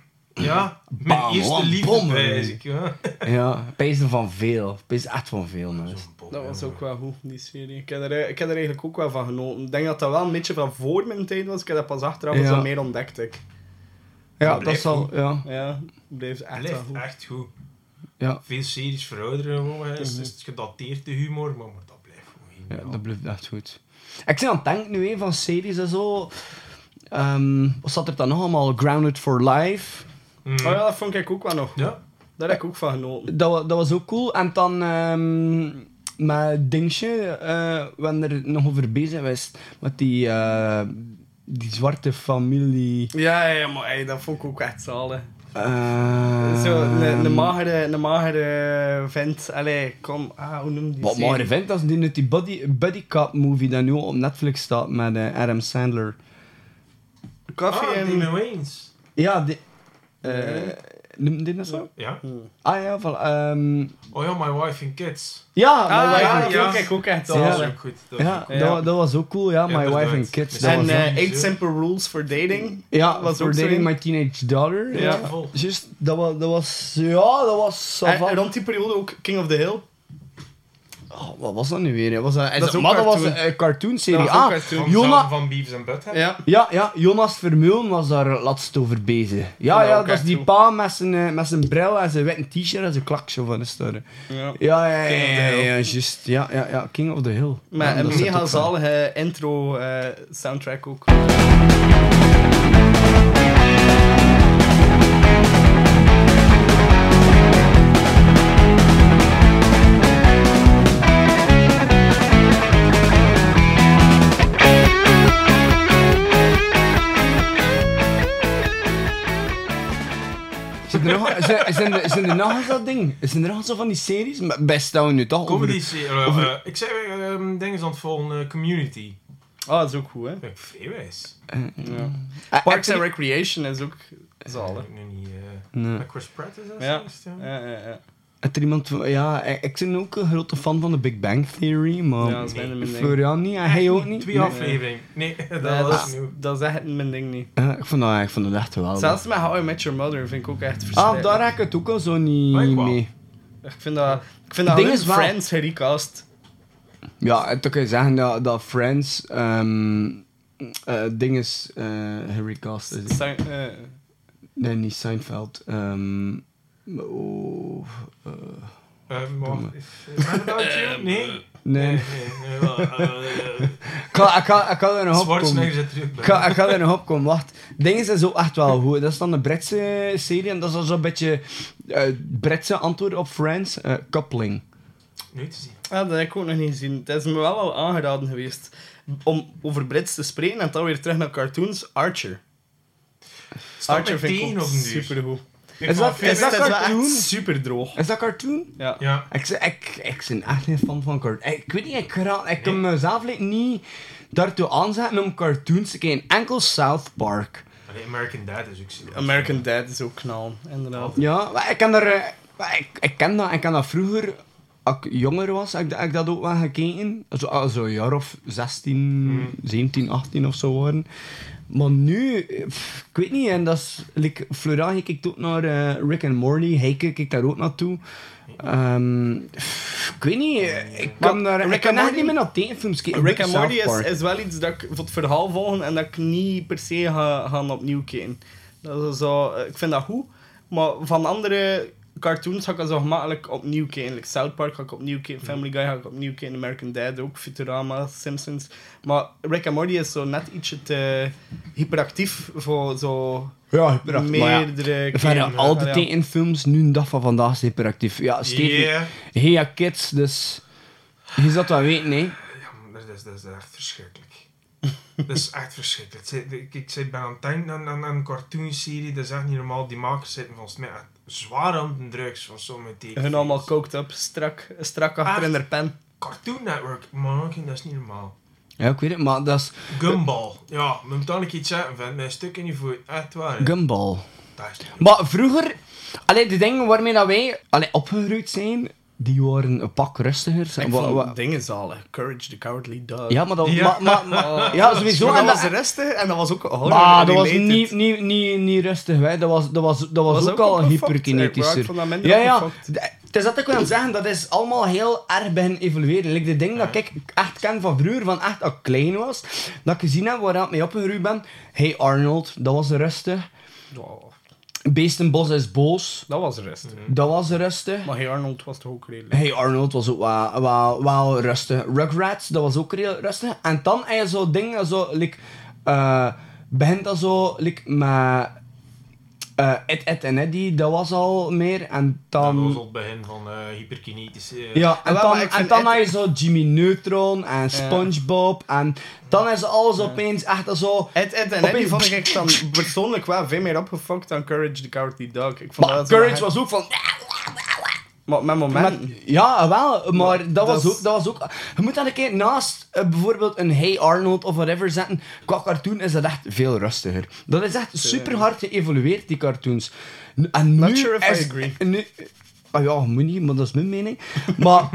Ja, mijn
Bam,
eerste
wat
liefde,
bommen,
wijs ik. Ja.
Ja, pijs er van veel. Pijs echt van veel, man.
Dat was ook wel goed, die serie. Ik heb er eigenlijk ook wel van genoten. Ik denk dat dat wel een beetje van voor mijn tijd was. Ik heb dat pas achteraf
Ja.
zo meer ontdekt. Ik.
Ja, dat
blijft
zal...
goed.
Ja.
Ja, bleef echt wel
Blijft
goed.
echt goed.
Ja.
Veel series verouderen gewoon. Is het gedateerd, de humor, maar dat blijft gewoon
Ja, dat blijft echt goed. Ik ben aan het denken nu van series en zo. Wat zat er dan nog allemaal? Grounded for Life.
Oh ja, dat vond ik ook wel nog goed.
Ja.
Daar heb ik ook van genoten.
Dat was ook cool. En dan met Dingetje, we hebben er nog over bezig geweest. Met die zwarte familie.
Ja, maar ey, dat vond ik ook echt zalig.
Eh,
Zo, een magere vent. Allee, kom. Hoe noem die
Wat
serie?
maar event als die Buddy Cop movie dat nu op Netflix staat met Adam Sandler.
Coffee
Ah,
en...
Damon Wayans.
Ja, noemde die dat zo?
Ja.
Ah ja, van...
Oh ja, My Wife and Kids.
ja, My
Ah,
Wife
ja,
and
die
Kids.
vond ik ook echt
Dat was
zalig.
ook goed.
Ja,
Ja.
dat was ook cool, ja. My
inderdaad.
Wife and Kids. Dat
En
was,
8 Simple Rules for Dating.
ja,
was
For
ook zo
Dating
in.
My Teenage Daughter.
Ja.
Ja,
Vol.
juist. Dat was... Ja, dat was...
En rond die periode ook King of the Hill.
Oh, wat was dat nu weer? Was dat,
Dat is ook
maar dat was
cartoon.
een cartoonserie.
Dat was ook
Ah,
cartoon.
Jona...
Beavis and Butthead.
Ja.
Ja, Jonas Vermeulen was daar laatst over bezig.
Ja,
Ja,
ook
dat is
echt
die
goed.
pa met zijn bril en zijn witte t-shirt en zijn klaksje van de story.
Ja.
Ja,
King of the Hill.
juist. Ja, King of the Hill.
Met
Ja,
een
dat zit
mega
ook van.
zalige intro soundtrack ook.
Zijn er nog eens dat ding? Zijn er nog zo van die series? Maar best dat we nu toch
Comedy
over...
ik zei dingen aan het volgen, Community.
Ah, dat is ook goed, hè.
Ben ik veelwijs.
Parks and Recreation is ook zalig.
Nu niet...
Nee.
Met Chris Pratt is dat?
Ja.
juist, ja.
Ja.
Heeft er iemand... Ja, ik ben ook een grote fan van de Big Bang Theory, maar...
Ja, dat is bijna mijn ding.
Florian niet, en hij ook niet.
2 afleveringen. Nee,
dat is echt mijn ding niet.
Ik vond het echt wel.
Zelfs met How I Met Your Mother vind ik ook echt verschrikkelijk.
Daar raak ik het ook al zo niet mee.
Ik vind dat
ding
alleen
is wel-
Friends gerecast.
Ja, en toen kan je zeggen dat Friends... ding is... gerecast is. Nee, niet Seinfeld.
Nee?
Nee. Ik ga er nog op komen.
Schwarzenegger zit er ook bij.
Ik ga er nog op komen. Wacht. Dingen is ook echt wel goed. Dat is dan een Britse serie. En dat is al zo'n beetje... Britse antwoord op Friends. Coupling.
Nooit te zien.
Dat heb ik ook nog niet gezien. Het is me wel al aangeraden geweest om over Brits te spreken en dan weer terug naar cartoons. Archer. Archer vind ik ook supergoed.
Is dat cartoon?
Super droog.
Is dat cartoon?
Ja.
Ik ben echt geen fan van cartoon. Ik weet niet, ik kan mezelf niet daartoe aanzetten om cartoons te kijken. Enkel South Park.
American Dad is ook zo.
American Dad is ook knal, inderdaad.
Ja, maar ik ken daar... Ik ken dat vroeger... Als ik jonger was, heb ik dat ook wel gekeken. Zo een jaar of 16, 17, 18 of zo waren. Maar nu, ik weet niet, en dat is... Florian kijkt ook naar Rick and Morty, hij kijkt daar ook naartoe. Ik weet niet, ik kan echt niet meer naar tekenfilms kijken.
Rick and Morty is wel iets dat ik voor het verhaal volgen en dat ik niet per se ga opnieuw kijken. Dat is zo, ik vind dat goed, maar van andere cartoons ga ik dat zo gemakkelijk opnieuw kijken. Like South Park ga ik opnieuw kijken, Family Guy ga ik opnieuw kijken, American Dad ook, Futurama, Simpsons. Maar Rick and Morty is zo net ietsje te hyperactief voor zo...
Ja, hyperactief.
Meerdere
Verder, al de tekenfilms, nu een dag van vandaag, is hyperactief. Ja, Steven, hey, ja, kids, dus... Je zat wel weten, hè.
Ja, maar dat is echt verschrikkelijk. Dat is echt verschrikkelijk. Ik ben aan het denken aan een cartoonserie, dat is echt niet normaal. Die makers zitten volgens mij echt zwaar aan de drugs van sommige tekenfilms.
Hun allemaal coked up, strak achter in de pen.
Cartoon Network, man, dat is niet normaal.
Ja, ik weet het, maar dat is...
Gumball. Ja, moet dan ik iets zeggen, vent. Mijn stuk in je voet. Echt waar. Hè.
Gumball.
Dat is niet
Maar vroeger... de dingen waarmee dat wij opgegroeid zijn, die waren een pak rustiger.
Ik vond dingen zalig. Courage the Cowardly Dog.
Ja, maar dat... Ja, sowieso.
Maar
En
dat was rustig en dat was ook horror
Maar dat was
related.
niet rustig, hè. Dat was ook al hyperkinetischer. Ja. Het is dat ik wil zeggen, dat is allemaal heel erg beginnen evolueren. De dingen dat ik echt ken van vroeger, van echt als ik klein was, dat ik gezien heb waar ik mee opgegroeid ben. Hey Arnold, dat was rustig. Beestenbos is boos.
Dat was rustig.
Dat was rustig.
Maar Hey Arnold was toch ook redelijk?
Hey Arnold was ook wel rustig. Rugrats, dat was ook heel rustig. En dan heb je zo dingen, zo, begint dat zo, met Ed en Eddie, dat was al meer. En dan...
Dat was al het begin van hyperkinetische...
Ja, en dan had je zo Jimmy Neutron en SpongeBob. En dan is alles opeens echt zo...
Ed en Eddie vond ik dan persoonlijk wel veel meer opgefokt dan Courage the Cowardly Dog. Ik vond
Maar
dat
Courage was ook van...
Maar met momenten...
Ja, wel, maar dat was ook... Je moet dat een keer naast bijvoorbeeld een Hey Arnold of whatever zetten. Qua cartoon is dat echt veel rustiger. Dat is echt super hard geëvolueerd, die cartoons. En nu
Not sure if I agree.
Ja, moet niet, maar dat is mijn mening. Maar...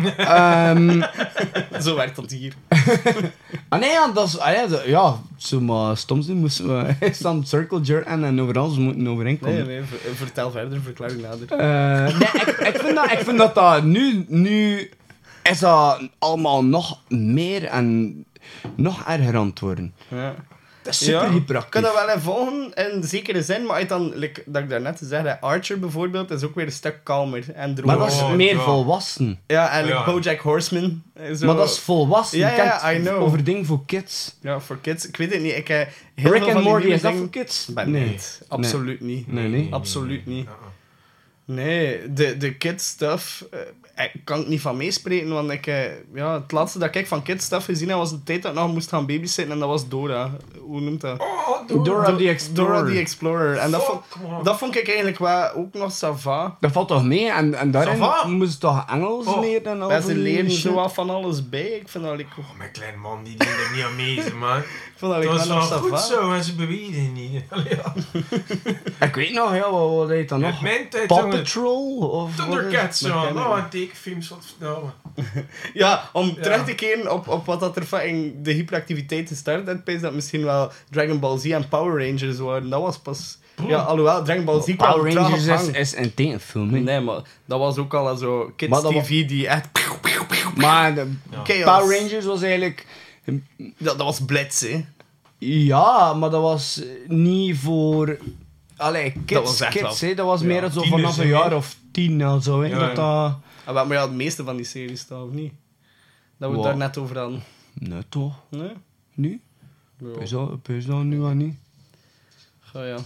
Zo werkt dat hier.
Nee, ja, dat is... Ja, zo maar stom zijn moesten we... dan Circle Jerk en over alles moeten overeenkomen.
Nee, vertel verder, verklaar je nader.
Ik vind dat nu is dat allemaal nog meer en nog erger aan het worden.
Ja.
Dat is super hyperactief.
Ik kan dat wel in volgen, in zekere zin, maar dan, dat ik daarnet zei, Archer bijvoorbeeld, is ook weer een stuk kalmer en droog.
Maar dat is meer volwassen.
Ja, en BoJack Horseman. Zo.
Maar dat is volwassen.
Ja, I know.
Over dingen voor kids.
Ja, voor kids. Ik weet het niet.
Rick and Morty, is dat voor kids?
Nee, absoluut niet.
Nee.
Absoluut niet. Nee, de kids stuff kan ik niet van meespreken, want het laatste dat ik van kids stuff gezien heb was de tijd dat ik nog moest gaan babysitten en dat was Dora. Hoe noemt dat?
Dora the Explorer.
Dora the Explorer. En dat vond ik eigenlijk wel ook nog sava.
Dat valt toch mee? En daarin moest toch Engels leren en al.
Ze leren zo af van alles bij. Ik vind dat
mijn kleine man, die er niet aan mee, man.
Ik vond dat
was
wel
wel goed zo, en ze bewegen niet.
Ik weet nog, wat heet dat nog?
Mijn tijd
Paw
zongen
Patrol? Of
Thundercats,
wat is-
ja.
dat ken
Nou,
ik.
een tekenfilms, wat vertellen.
Ja, om terug te keren op wat dat er fucking de hyperactiviteit gestart had, is dat misschien wel Dragon Ball Z en Power Rangers waren. Dat was pas... Ja, alhoewel, Dragon Ball Z kwam
Power
traag op
Rangers
gang.
is een tekenfilm, hè.
Nee, maar dat was ook al zo Kids
Maar dat
TV die echt...
Maar
Chaos.
Power Rangers was eigenlijk...
Dat was blitz, hè.
Ja, maar dat was niet voor... Allee,
Dat was
kids,
echt
kids
wel-
hè. Dat was
ja,
meer zo
tieners,
vanaf een
hè.
jaar of 10 of zo, hè.
Ja,
dat
ja.
dat...
Maar ja, de meeste van die series staan, of niet? Dat we het
Wow.
daar net over hadden.
Nee, toch?
Nee?
Nu?
Ja.
Is dat nu al niet?
Ja.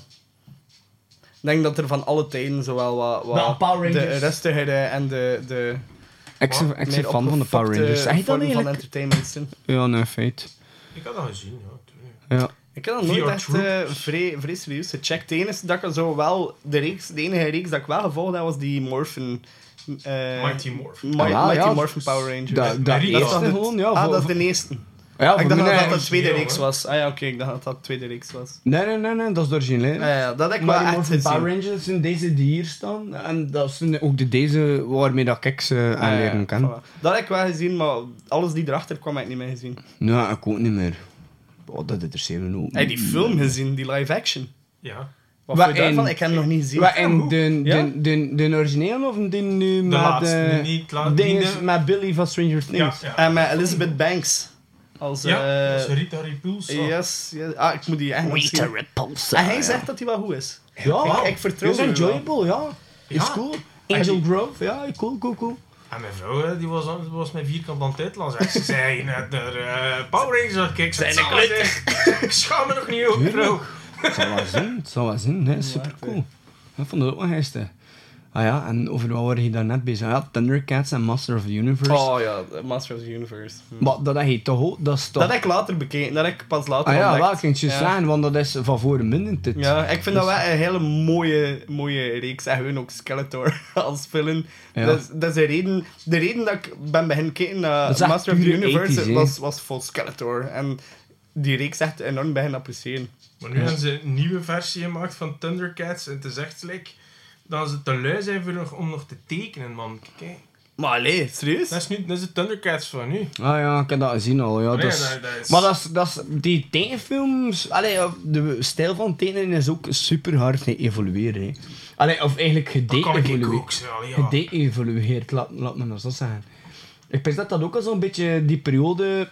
Ik denk dat er van alle tijden zowel
Nou,
wat
Power
de
Rangers.
rustigere en de
Ik ben
meer
fan van de Power
opgefokte
Rangers. Zeg je dat
vorm van
eigenlijk?
entertainment zijn.
Ja, nee, feit.
Ik had dat gezien, ja. tuurlijk.
Ja.
Ik heb dat nooit
VR
echt
Troopers.
vrij serieus gecheckt. Het enige dat ik zo wel... De enige reeks dat ik wel gevolgd had, was die Morphin...
Mighty Morphin.
Mighty
ja,
Morphin Power Rangers.
Dat
dat
eerste
is toch
gewoon, ja.
Ah,
voor-
dat is de eerste.
ja,
Ik
voor
dacht
mij
dat dat de
is
tweede
heel,
reeks
hè?
was. Ah ja, oké, ik dacht dat dat de tweede reeks was.
Nee, dat is de originele.
Ja, dat heb ik
Maar
wel
die
echt
Morphin Power
gezien.
Rangers zijn deze die hier staan. En dat zijn ook deze waarmee dat ik ze aan leren kan.
Voilà. Dat heb ik wel gezien, maar alles die erachter kwam, heb ik niet meer gezien.
Nou, ik ook niet meer. Oh, dat interesseert me ook.
Heb je die film gezien, die live action?
Ja.
Wat
Wat
vind je daarvan?
in-
Ik heb hem nog niet gezien.
Wat in de,
Ja?
de originele of de nu met
laatste, niet laat-
dinges
die
met Billy van Stranger Things?
Ja.
En met Elizabeth Banks. Als,
Ja, dat is Rita Repulsa.
yes. Ah, ik moet die echt nog zien.
Repulsa.
En hij zegt dat hij wel goed is.
Ja,
Ik vertrouw
is
hem wel.
enjoyable, ja. Is
Ja.
cool. Angel Grove, ja, cool.
En mijn vrouw, hè, die was met vierkant aan het uitlachen. Ze zei net naar Power Rangers aan het kijken. Zijn ik schaam me nog niet over, vrouw.
Het zal wel zijn, hè. Super cool. Ik vond dat ook wel geestig. Ah ja, en over wat word je daar net bezig? Ja, Thundercats en Master of the Universe.
Oh ja, Master of the Universe.
Maar dat heb je toch ook, dat is toch...
Dat heb ik later bekeken, dat heb ik pas later
Ah ja,
ontdekt.
wel, kan je zeggen, want dat is van voor een minute dit.
Ja, ik vind dat wel een hele mooie reeks. En gewoon ook Skeletor als film.
Ja.
Dat is de reden... De reden dat ik ben beginnen kijken
Dat
naar
is echt
Master of the
pure
Universe
80's,
was voor Skeletor. En die reeks echt enorm beginnen appreciëren.
Maar nu hebben ze een nieuwe versie gemaakt van Thundercats. En het is echt like dat ze te lui zijn om nog te tekenen, man. Kijk,
Maar allee, serieus?
dat is de Thundercats van nu.
Ah ja, ik heb dat gezien al. Ja,
Nee,
dat is...
dat is-
Maar dat is... Die tekenfilms... Allee, de stijl van tekenen is ook super hard geëvolueerd, hè. Allee, of eigenlijk
Dat kan ik
gede-evolueerd.
ook zeggen, ja.
Gede-evolueerd, laat me nou zo zeggen. Ik denk dat dat ook al zo'n beetje die periode...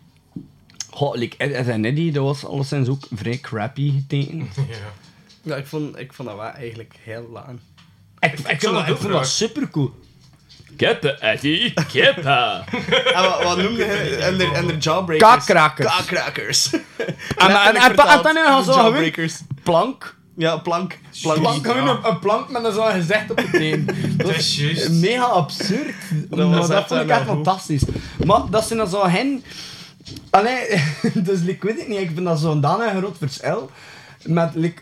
Goh, like Ed en Eddie, dat was alleszins ook vrij crappy getekend.
Ja.
Ja, ik vond dat wel eigenlijk heel lang.
Ik
zou dat ook
vond
graag.
dat super cool. Kippen, Eddie, kippen.
En wat noemde je? En de Jawbreakers.
Kaakkrakers.
Kaakkrakers.
En
Letterlijk
dan
vertaald,
gaan ze
de
gewoon
Jawbreakers.
plank.
Ja, plank.
Plank, gewoon een plank met zo'n gezicht op het teen. Dat
Dat is juist.
mega absurd.
was
Maar
echt
dat vond ik
wel
echt
goed.
fantastisch. Maar dat zijn dan zo hen... Allee, dus ik weet het niet, ik vind dat zo'n danig groot verschil. Met, like,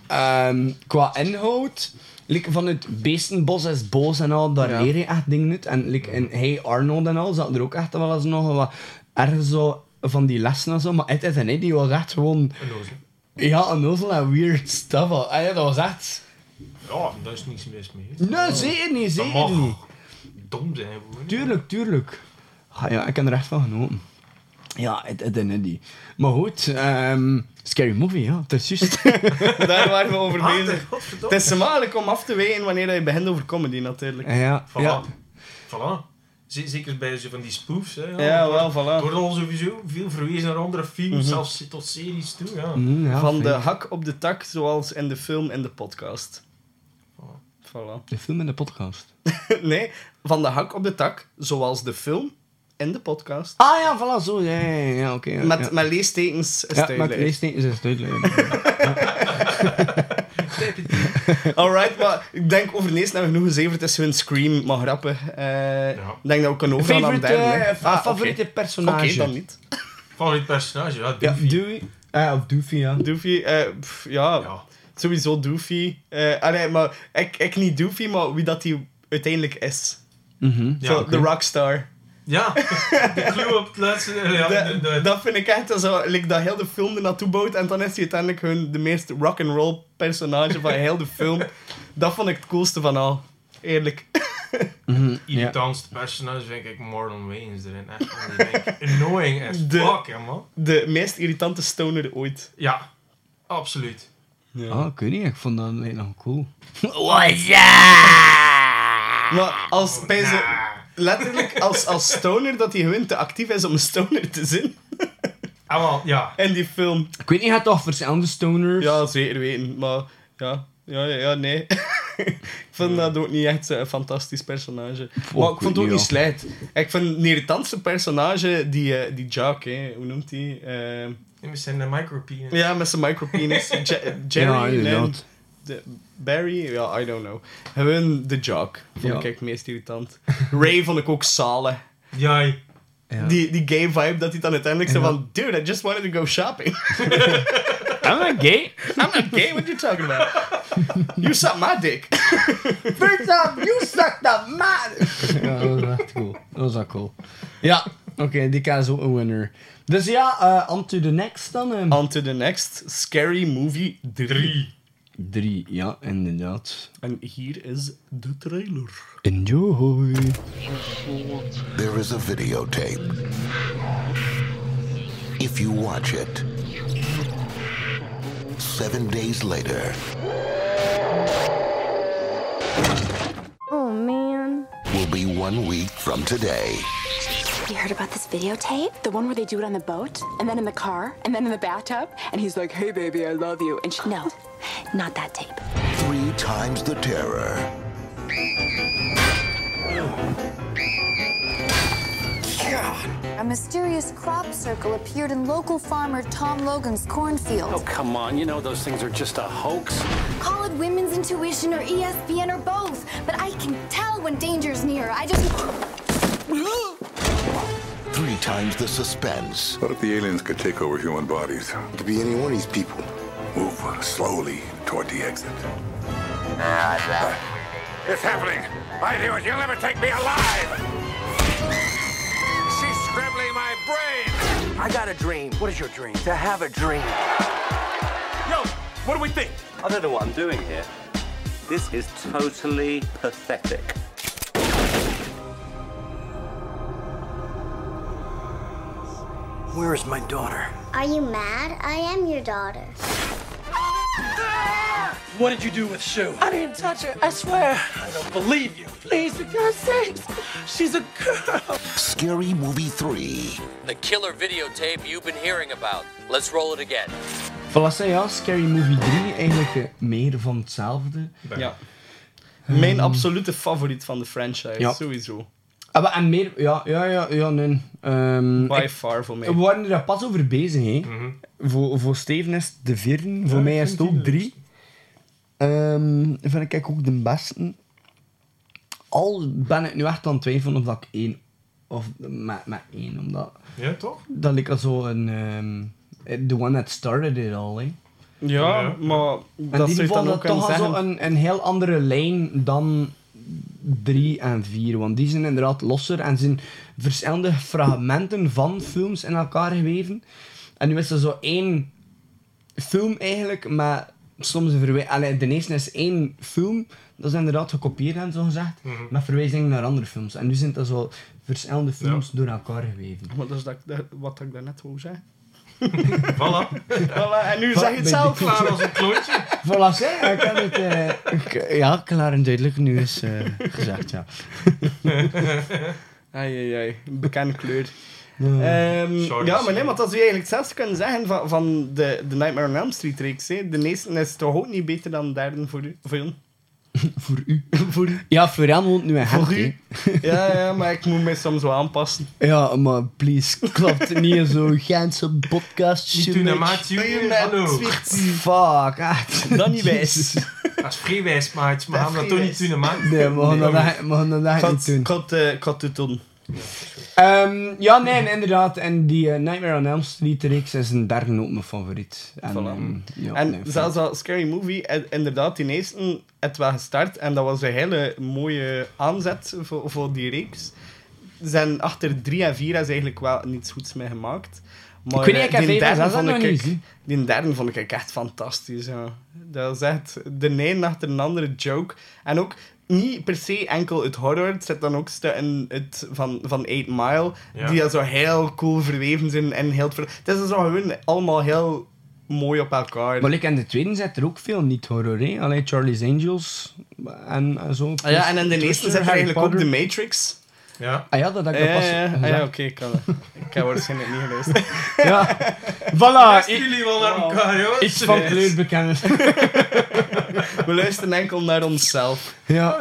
qua inhoud... Like, vanuit Beestenbos is boos en al, daar
Ja.
leer je echt dingen uit. En like, in Hey Arnold en al, zat er ook echt wel eens nog wat ergens zo van die lessen en zo. Maar Ed en Eddie was echt gewoon...
Een ozel.
Ja, een nozel en weird stuff. Ah, ja, dat was echt...
Ja, daar is niks mis mee.
Nee, zeker niet,
Dat
zeker
mag
niet.
dom zijn gewoon.
Tuurlijk. Ah, ja, ik heb er echt van genoten. Ja, Ed en Eddie. Maar goed, Scary Movie, ja, dat is juist.
Daar waren we over
Ah,
bezig.
godverdomme.
Het is gemakkelijk om af te weten wanneer je begint over comedy, natuurlijk.
ja,
Voilà.
ja.
Voilà. Zeker bij zo van die spoofs. Hè,
Ja, wel,
Er
voilà.
worden al sowieso veel verwezen naar andere films, zelfs tot series toe. Ja.
Ja,
Van de
fijn.
hak op de tak, zoals in de film en de podcast. Voilà.
De film en de podcast.
Nee, van de hak op de tak, zoals de film en de podcast.
Ah ja, voilà, zo. Ja, oké. ja,
Met,
ja.
met leestekens is
Ja,
het
met
duidelijk.
leestekens is het duidelijk.
Alright, maar ik denk over de eerste hebben we genoeg gezeverd. Het is hun Scream, maar grappig. Ik denk dat we kunnen overgaan aan het derde. hè.
Favoriete
Oké,
personage?
dan niet.
Favoriet personage, ja,
Ja,
Doofy.
Dewey. Of Doofy, ja.
Doofy, ja,
Ja.
sowieso Doofy. Allee, maar ik niet Doofy, maar wie dat hij uiteindelijk is.
Mhm.
Ja,
Zo,
oké.
de rockstar.
Ja, de clue op het laatste... Ja,
Dat vind ik echt zo, like, dat heel de film er naartoe bouwt en dan is hij uiteindelijk gewoon de meest rock'n'roll personage van heel de film. Dat vond ik het coolste van al. Eerlijk.
irritantste personage vind ik Marlon Wayans erin. Echt, die vind ik annoying as fuck, ja, man.
De meest irritante stoner ooit.
Ja, absoluut.
Ja.
Ah, ik weet niet, ik vond dat nog cool.
Maar als bij zo, letterlijk als stoner, dat hij gewoon te actief is om een stoner te zijn.
Ah, wel, ja.
In die film.
Ik weet niet, hij had toch verschillende stoners?
Ja, zeker weten. Maar ja, nee. Ik vond dat ook niet echt een fantastisch personage. Maar ik vond het ook niet slecht. Ik vind een irritantste personage die Jack, hè. Hoe noemt hij?
Met zijn micropenis.
Ja, met zijn micropenis. Jerry,
Ja, inderdaad.
Barry? Ja, I don't know. Gewoon de Jack vond ik het meest irritant. Ray vond ik ook zalig.
Ja.
Die gay vibe dat hij dan uiteindelijk zo van... Dude, I just wanted to go shopping.
I'm not gay.
I'm not gay, what are you talking about? You suck my dick.
First off, you suck the man. Ja, dat was echt cool. Dat was echt cool. Ja, oké, die kan is ook een winner. Dus ja, on to the next dan.
On to the next. Scary Movie 3.
3, ja, inderdaad.
En hier is de trailer.
Enjoy.
There is a videotape. If you watch it, 7 days later,
Oh, man.
will be 1 week from today.
You heard about this videotape? The one where they do it on the boat, and then in the car, and then in the bathtub? And he's like, hey, baby, I love you. And she, no, not that tape.
3 times the terror.
A mysterious crop circle appeared in local farmer Tom Logan's cornfield.
Oh, come on. You know those things are just a hoax.
Call it women's intuition or ESPN or both, but I can tell when danger's near. I just...
3 times the suspense.
What if the aliens could take over human bodies? It could be any one of these people. Move slowly toward the exit. It's happening. I knew it. You'll never take me alive. She's scrambling my brain.
I got a dream. What is your dream? To have a dream.
Yo, what do we think?
I don't know what I'm doing here. This is totally pathetic.
Where is my daughter?
Are you mad? I am your daughter.
What did you do with Sue? I didn't touch her, I swear. I don't believe you. Please, for God's sakes. She's a girl.
Scary Movie 3.
The killer videotape you've been hearing about. Let's roll it again.
Voilà, ja, Scary Movie 3, eigenlijk meer van hetzelfde.
Ja. Mijn absolute favoriet van de franchise, sowieso.
En meer, ja, nee.
By far voor mij.
We waren er pas over bezig, hè. Voor Steven is het de 4, voor mij is het ook 3. Vind ik ook de beste. Al ben ik nu echt aan het twijfelen of dat ik 1 of met 1, omdat...
Ja, toch?
Dat lijkt al zo een... the one that started it all, hè.
Ja, maar dat
die
zou
vond
dan ook
toch al zo
zeggen...
een heel andere lijn dan 3 en 4, want die zijn inderdaad losser en zijn verschillende fragmenten van films in elkaar geweven. En nu is er zo 1 film eigenlijk, maar soms een verwijzing... De eerste is 1 film, dat is inderdaad gekopieerd en zo gezegd, met verwijzingen naar andere films. En nu zijn dat zo verschillende films door elkaar geweven.
Maar dat is wat ik daarnet wou zeggen.
Voilà.
En nu zeg je het zelf.
Klaar als een klontje.
Voilà, ik heb het... ja, klaar en duidelijk nu is gezegd, ja.
Ai, bekende kleur. Ja, maar nee, want als we eigenlijk hetzelfde kunnen zeggen van de Nightmare on Elm Street reeks, hè. De eerste is toch ook niet beter dan de derde voor u?
Voor u. Voor u. Ja, Florian woont nu in Gent, hè.
Ja, maar ik moet mij soms wel aanpassen.
Ja, maar please, klopt niet zo Gentse podcast.
Niet doen, maatje. Hallo.
Fuck, echt.
Dat niet wijs.
Dat is vrij wijs, maatje. Maar gaan we dat toch niet doen, maat?
Nee, we gaan dat echt niet doen.
Ik had het doen.
Ja, nee, inderdaad. En die Nightmare on Elm Street reeks is een derde ook mijn favoriet. En,
zelfs al Scary Movie, inderdaad, die eerste het wel gestart. En dat was een hele mooie aanzet voor die reeks. zijn achter 3 en 4 is eigenlijk wel niets goeds mee gemaakt. Maar
Ik weet niet, ik heb
die
5 en
derde
6 nog niet gezien.
Die derde vond ik echt fantastisch. Ja. Dat is echt de een achter een andere joke. En ook niet per se enkel het horror. Het zit dan ook stukken van 8 Mile.
Ja.
Die zo heel cool verweven zijn. En heel het is zo gewoon allemaal heel mooi op elkaar.
Maar in de tweede zit er ook veel niet-horror, hè? Alleen Charlie's Angels en zo.
Ja, en in de eerste
Twister,
zit er
Harry
eigenlijk ook
Potter.
de Matrix.
Ja.
Ah ja, dat heb ik pas gezegd.
oké, ik heb waarschijnlijk niet geluisterd.
Ja, voilà.
Luisteren jullie wel naar elkaar, jongens?
Iets van kleurbekennis.
We luisteren enkel naar onszelf.
Ja.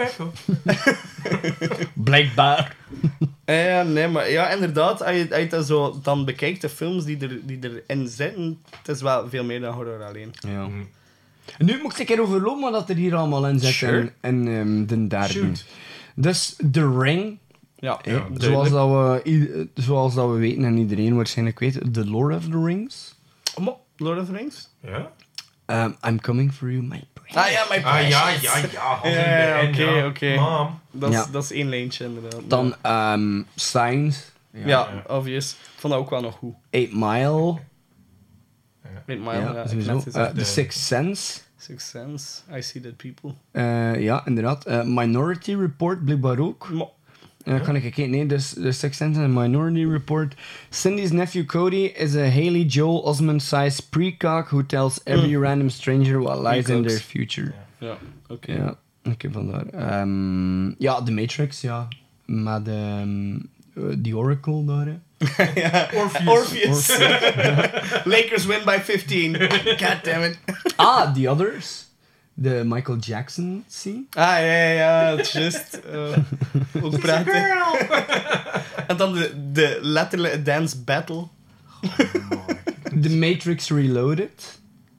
Blijkbaar.
Nee, maar ja, inderdaad, als je dat zo dan bekijkt, de films die erin zitten, het is wel veel meer dan horror alleen.
Ja. Nu moet ik het een keer overlopen wat er hier allemaal in zit
Sure.
in de derde.
Shoot.
Dus The Ring.
Ja,
zoals dat we weten en iedereen waarschijnlijk weet, The Lord of the Rings.
Lord of the Rings?
Ja?
I'm coming for you, my precious.
Ah ja, my precious.
Ja.
Oké.
Mom.
Dat is één lijntje inderdaad.
Dan Signs.
Ja, obvious. Ik vond dat ook wel nog goed.
8 Mile.
8 Mile,
Ja, sowieso. The Sixth Sense.
Sixth Sense, I See Dead People.
Ja, inderdaad. Minority Report, blijkbaar ook. Kan ik kijken? Nee, dus The Sixth Sense en Minority Report. Cindy's nephew Cody is a Haley Joel Osment-sized precock who tells every random stranger what lies in their future.
Ja, oké.
Ja, oké, vandaar. Ja, The Matrix, ja. Met The Oracle daar, hè.
Ja, Orpheus. Lakers win by 15. God damn it.
The Others. De Michael Jackson scene.
Ja, het is juist. Ook praten. En dan de letterlijke dance battle.
The Matrix Reloaded.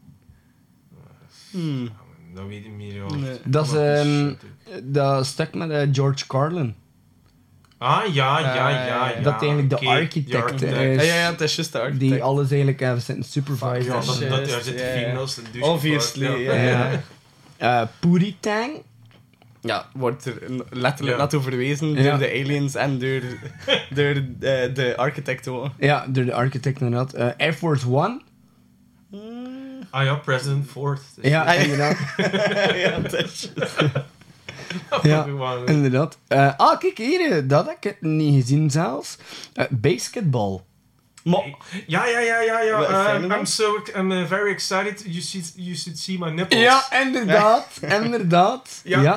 Dat weet ik meer.
Nee.
Dat stuk met George Carlin.
Ah, ja.
Dat eigenlijk de architect is.
Ja, het is juist de architect.
Die alles eigenlijk heeft zitten supervisen.
Ja, daar zitten females in douche.
Obviously, ja.
Pootie-tang.
Ja, wordt er letterlijk naartoe verwezen door de aliens en door de architect ook.
Ja, door de architect inderdaad. Air Force One.
Ah ja, President Ford.
Dus ja, inderdaad.
Ja, dat is
ja, inderdaad. Kijk hier, dat heb ik niet gezien zelfs. Basketball.
Ja. I'm very excited. You should see my nipples.
Ja, inderdaad. Ja.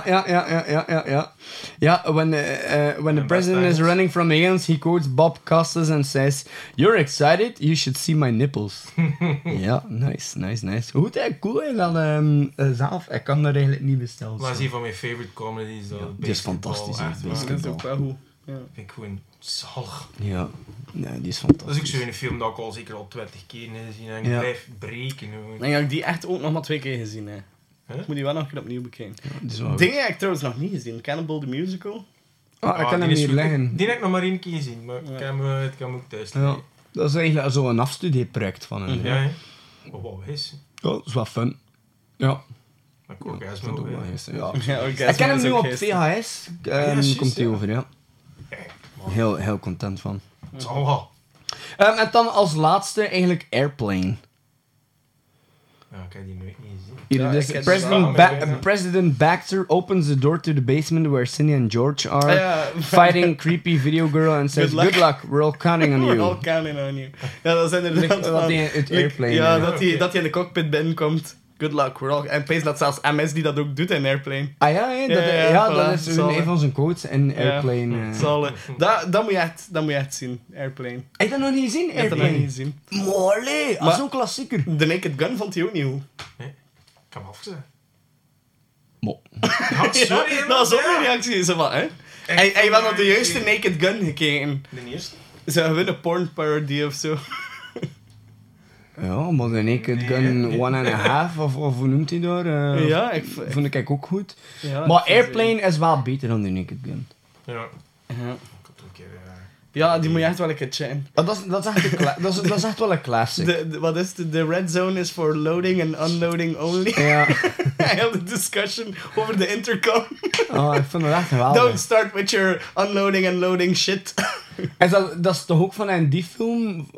Ja, when the president is running from aliens, he quotes Bob Costas and says, "You're excited? You should see my nipples." Ja, nice. Goed, cool hè, dat zelf. Ik kan dat eigenlijk niet bestellen.
Maar dat is een van mijn favorite comedies.
Die is fantastisch.
Dat is ook wel goed.
Ja. Vind ik gewoon zalig.
Ja, die is fantastisch.
Dat is ook zo'n film dat ik al zeker al 20 keer heb gezien en ik blijf breken.
Ik denk dat ik die echt ook nog maar 2 keer gezien heb. Ik moet die wel nog een keer opnieuw bekijken.
Ja,
dingen heb ik trouwens nog niet gezien. Cannibal the Musical.
Ik kan hem hier leggen.
Die heb ik nog maar 1 keer gezien, maar ik kan hem ook thuis leggen.
Ja, dat is eigenlijk zo'n afstudieproject van hem.
Ja. Wat is?
Ja, dat is wel fun. Ja.
Maar orgasme ook wel.
Ja, ik ken hem nu op VHS. Komt hij over, ja. Heel content van. En dan als laatste eigenlijk Airplane.
Ja, ik heb die nooit niet gezien.
Hier, dus President Baxter opens the door to the basement where Cindy and George are fighting creepy video girl and says, good luck, we're all counting on you.
We're all counting on you. Ja, dat zijn inderdaad
het Airplane.
Ja, dat hij in de cockpit binnenkomt. Good luck, we're all... En pees dat zelfs MS die dat ook doet in Airplane.
Ah dat is een van zijn quotes in Airplane.
Dat moet je echt zien, Airplane.
Heb je dat nog niet gezien, Airplane?
Ik heb dat nog niet gezien.
Mooi, dat is zo'n klassieker.
The Naked Gun vond hij ook niet goed.
Nee, ik heb hem afgezet.
Sorry, dat was ook een reactie. Zo van, hè? Hij had naar de juiste Naked Gun gekeken.
De eerste?
Ze hebben een porn parody of zo.
Ja, maar de Naked Gun 1.5 of hoe noemt hij daar? Vond ik ook goed. Ja, maar Airplane is wel beter dan de Naked Gun.
Ja. Ik had een keer
Ja, die moet je echt wel een keer checken.
Dat is echt, dat is echt wel een classic.
Wat is de red zone is for loading and unloading only.
Ja.
Heel de discussion over de intercom.
Oh, ik vind het echt geweldig.
Don't start with your unloading and loading shit.
En dat is toch ook van in die film?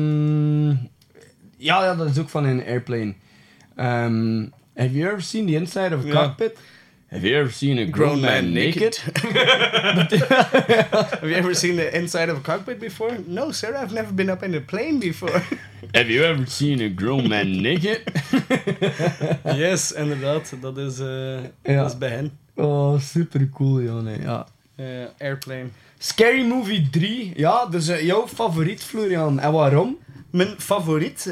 Ja, dat is ook van in Airplane. Have you ever seen the inside of a cockpit? Have you ever seen a grown man naked?
Have you ever seen the inside of a cockpit before? No, sir, I've never been up in a plane before.
Have you ever seen a grown man naked?
Yes, inderdaad. Dat is bij hen.
Oh, super cool, joh. Nee. Ja.
Airplane.
Scary Movie 3. Ja, dus jouw favoriet, Florian. En waarom?
Mijn favoriet?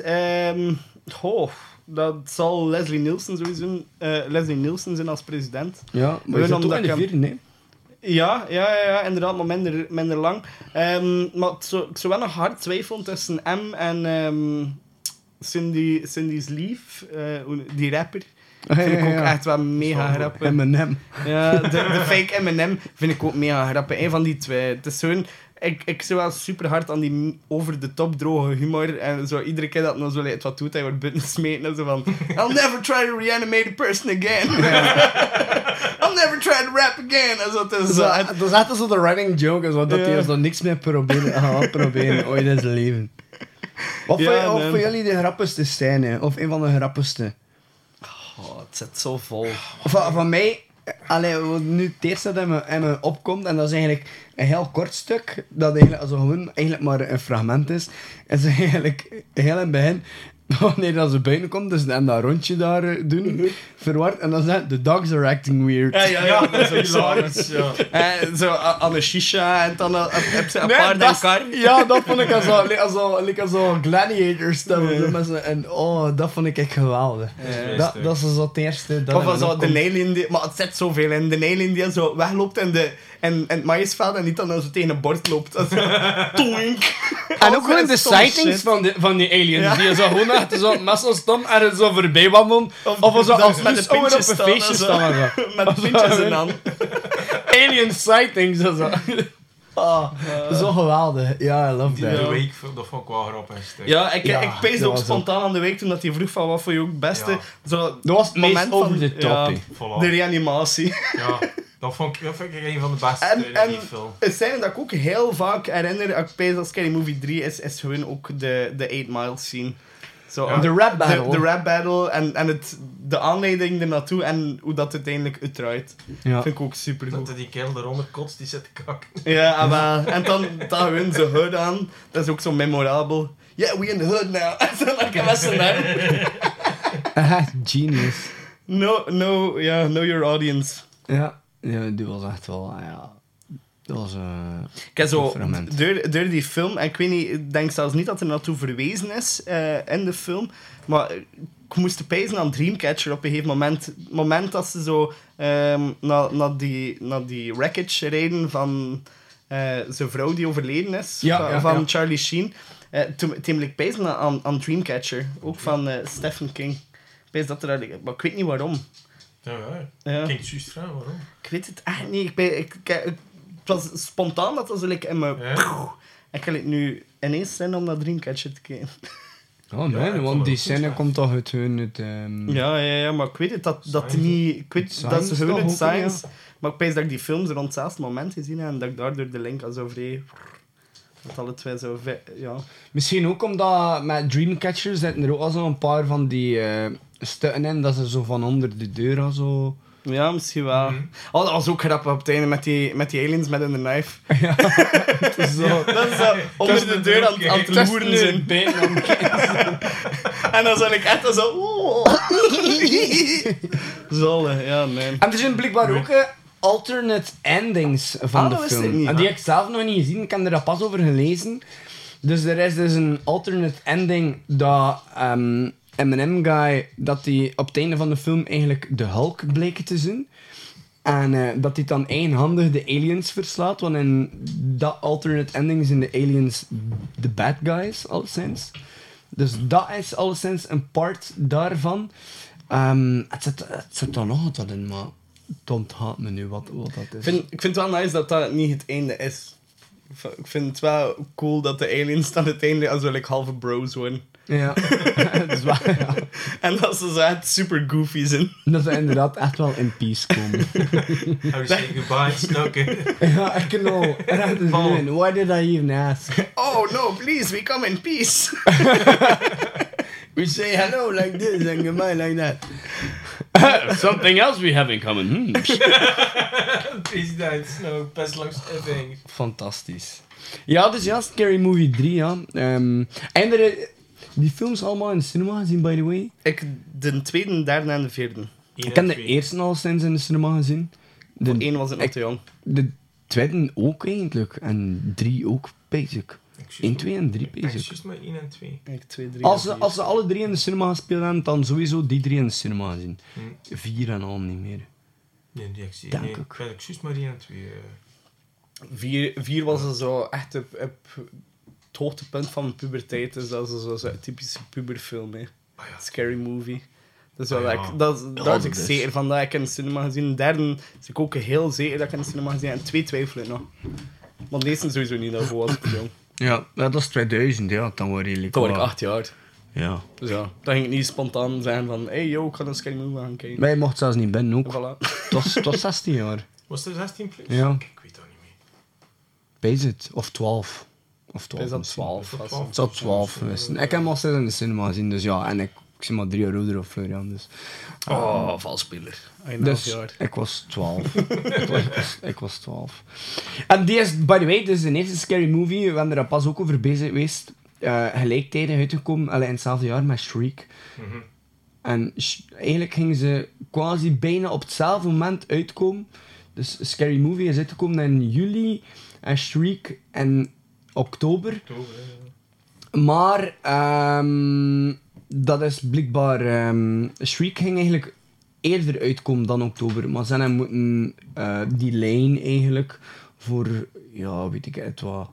Dat zal Leslie Nielsen sowieso Leslie Nielsen zijn als president.
Ja, maar je zit toch in de vierde, nee?
Ja, inderdaad, maar minder lang. Maar ik zou wel nog hard twijfelen tussen M en Cindy's Leaf, die rapper. Vind ik ook echt wel mega grappig.
M&M.
Ja, de fake M&M vind ik ook mega grappig. Een van die twee. Het is zo'n... Ik zit wel super hard aan die over de top droge humor. En zo iedere keer dat nog zo het wat doet, hij wordt buiten smeten. En zo van... I'll never try to reanimate a person again. I'll never try to rap again. En zo,
dat is echt zo de running joke. Zo, dat hij dan niks meer proberen ooit in zijn leven. Of voor jullie de grappigste scène? Of een van de grappigste?
Oh, het zit zo vol.
Van mij... nu het eerste dat in me opkomt, en dat is eigenlijk een heel kort stuk, dat eigenlijk maar een fragment is, is eigenlijk heel in het begin, wanneer dat ze buiten komt, dus en dat rondje daar doen, verward, en dan zeggen the dogs are acting weird.
Ja, dat is ook zo. Zo aan een shisha, en dan heb ze een paar in elkaar.
Ja, dat vond ik als zo gladiators stemmen. En dat vond ik echt geweldig. Dat is zo het eerste.
Of zo de alien, maar het zit zoveel in. De alien die zo wegloopt in het maïsveld en niet dan zo tegen een bord loopt. Toink.
En ook gewoon de sightings van die aliens, die zo gewoon echt zo messelstom en zo voorbij wandelen. Of zo als
met de pintjes
op een feestje staan.
Met pintjes in hand.
Alien sightings en zo. Zo geweldig. Ja, I love that.
De week, dat vond ik wel grappig.
Ja, ik peesde ook spontaan aan de week toen hij vroeg van wat vond je ook het beste.
Ja.
Zo,
dat was het moment over de top.
De reanimatie.
Ja. Dat vind ik een van de beste in die film.
Het zijn dat ik ook heel vaak herinner, ik pees als Scary Movie 3 is gewoon ook de 8 Mile scene. Zo,
de rap battle.
De rap battle en de aanleiding ernaartoe en hoe dat uiteindelijk uitdraait.
Ja.
Vind ik ook super goed.
Dat die kerel eronder kotst, die zit te kakken.
Ja, maar en dan gewoon zijn hood aan. Dat is ook zo memorabel. Yeah, we in the hood now. Zo like a messenger.
Genius.
Know your audience.
Ja, die was echt wel... Ja. Dat was
ik heb zo, door die film, en ik weet niet, ik denk zelfs niet dat er naartoe verwezen is in de film, maar ik moest pijzen aan Dreamcatcher op een gegeven moment. Het moment dat ze zo naar die wreckage rijden van zijn vrouw die overleden is, van Charlie Sheen. Toen ik pijzen aan Dreamcatcher, ook van Stephen King. Pijs dat er, maar ik weet niet waarom.
Ja. King juist vragen waarom.
Ik weet het echt niet. Het was spontaan dat was in mijn... Ik ga het nu ineens zijn om naar Dreamcatcher te kijken.
Oh nee, want die scène komt toch uit hun...
Ja, maar ik weet het, dat niet... Ik weet dat ze gewoon uit Science... Maar ik weet dat ik die films rond hetzelfde moment gezien heb en dat ik daardoor de link al zo vrij... Dat alle twee zo... Ja.
Misschien ook omdat met Dreamcatcher zitten er ook al zo een paar van die stukken in, dat ze zo van onder de deur al zo...
Ja, misschien wel. Oh, dat was ook grappig op het einde met die aliens met een knife.
Ja, dat is zo.
Dat is zo onder de deur aan het loeren zijn. En dan zag ik echt zo... Zolle, ja, nee.
En er zijn blijkbaar ook alternate endings van de film.
Niet,
en die heb ik zelf nog niet gezien, ik heb er pas over gelezen. Dus er is dus een alternate ending dat... M&M guy, dat hij op het einde van de film eigenlijk de Hulk bleek te zijn. En dat hij dan eigenhandig de aliens verslaat, want in dat alternate ending zijn de aliens de bad guys, alleszins. Dus dat is alleszins een part daarvan. Het zit dan nog wat in, maar het onthaalt me nu wat dat is.
Ik vind het wel nice dat dat niet het einde is. Ik vind het wel cool dat de aliens aan het einde als wel like halve bros worden.
Ja, dat is waar, ja.
En dat ze zo echt super goofy zijn.
Dat ze inderdaad echt wel in peace komen.
How say goodbye, Snoke.
Ja, ik know. En dat is nu. Why did I even ask?
Oh no, please, we come in peace.
We say hello like this and goodbye like that. Something else we have in common.
Peace died, Snoke. Best langs things.
Fantastisch. Ja, dus ja, Scary Movie 3, ja. En die films allemaal in de cinema gezien, by the way?
De tweede, derde en de vierde.
Ik heb de eerste al sinds in de cinema gezien.
De één was het nog te jong.
De tweede ook eigenlijk. En 3 ook, basic. 1, 2 en 3 basic.
Juist maar 1 en 2.
2, 3
als ze alle 3 in de cinema gespeeld hebben, dan sowieso die 3 in de cinema gezien. 4 en al niet meer.
Nee, die ik
denk
ik. Ik juist maar 1 en 2.
4 was er zo echt op het hoogtepunt van mijn puberteit. Dus dat is zo'n typische puberfilm. Hè.
Oh, ja.
Scary Movie. Dus
Ah, ja.
daar is ik zeker van dat ik in de cinema gezien. De derde is ik ook heel zeker dat ik in de cinema gezien heb. En 2 twijfel ik nog. Want deze sowieso niet, dat was ik jong.
Ja, dat is 2000, ja. Dan word je redelijk...
Toen was ik 8 jaar.
Ja.
Dus ja, dan ging ik niet spontaan zijn van hey yo, ik ga naar Scary Movie gaan kijken.
Wij mochten zelfs niet binnen ook.
Voilà.
Het was 16 jaar.
Was er 16 plus?
Ja.
Ik weet dat niet meer.
Wees het. Of 12. Of 12.
Is dat
misschien.
12?
Het zou 12 geweest zijn. Ik heb hem al steeds in de cinema gezien, dus ja. En ik zie maar 3 jaar ouder of Florian, dus...
Oh, valspeler.
Dus ik was 12. ik was 12. En die is, by the way, dus de eerste Scary Movie, we hebben er pas ook over bezig geweest, gelijktijdig uitgekomen, in hetzelfde jaar met Shriek.
Mhm.
En eigenlijk gingen ze quasi bijna op hetzelfde moment uitkomen. Dus Scary Movie is uitgekomen in juli en Shriek in oktober. Maar dat is blijkbaar... Shriek ging eigenlijk eerder uitkomen dan oktober. Maar ze hebben moeten die lijn eigenlijk voor... Ja, weet ik het wat...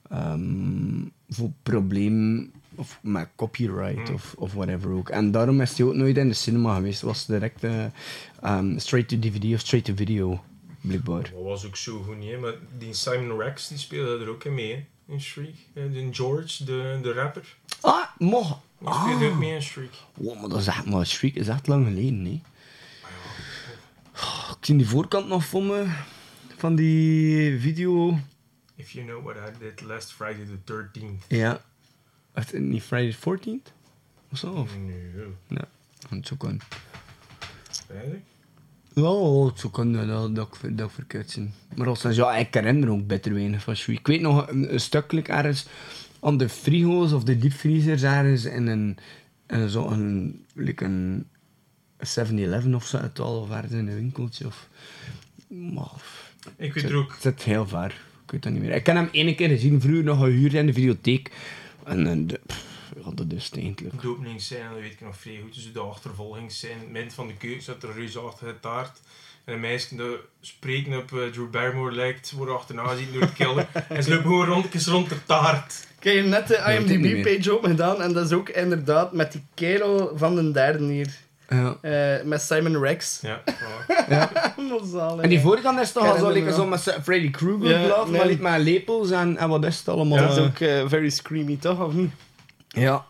voor problemen of met copyright of whatever ook. En daarom is hij ook nooit in de cinema geweest. Het was direct straight to DVD of straight to video, blijkbaar.
Dat was ook zo goed niet, hè. Maar die Simon Rex die speelde er ook in mee, hè, in Shriek. De George, de rapper.
Ah, mocht.
Die speelde ook mee in Shriek.
Wow, maar, dat is echt, maar Shriek is echt lang geleden, hè. Ik zie die voorkant nog voor me, van die video.
If you know what I did last Friday the 13th.
Ja. Echt niet Friday the 14th? Of zo? Of?
Nee.
Ja, het zou kunnen.
Eigenlijk?
Ja, het zou kunnen dat ik verkeerd zie. Maar als ja, ik herinner ook beter weinig van Shriek. Ik weet nog een stukje ergens aan de frigo's of de diepvriezers ergens in zo'n 7-Eleven of zo, het al of ergens in een winkeltje. Of, maar,
ik weet er ook.
Het zit heel ver. Ik weet dat niet meer. Ik heb hem 1 keer gezien, vroeger nog gehuurd in de videotheek. En ja, dat is het eigenlijk.
De openingsscène, dat weet ik nog vrij goed. Dus de achtervolgingsscène, in het midden van de keuken zat er een reusachtige taart. En een meisje dat spreken op Drew Barrymore lijkt, wordt achterna zien door het killer. En ze lopen gewoon rond de taart.
Ik heb net de IMDb-page open gedaan en dat is ook inderdaad met die kerel van de derde hier.
Ja.
Met Simon Rex.
Ja.
Ja. En die voorkant is toch al zo met Freddy Krueger, maar niet met lepels en wat is het allemaal?
Ja, dat is ook very screamy, toch? Of niet?
Ja.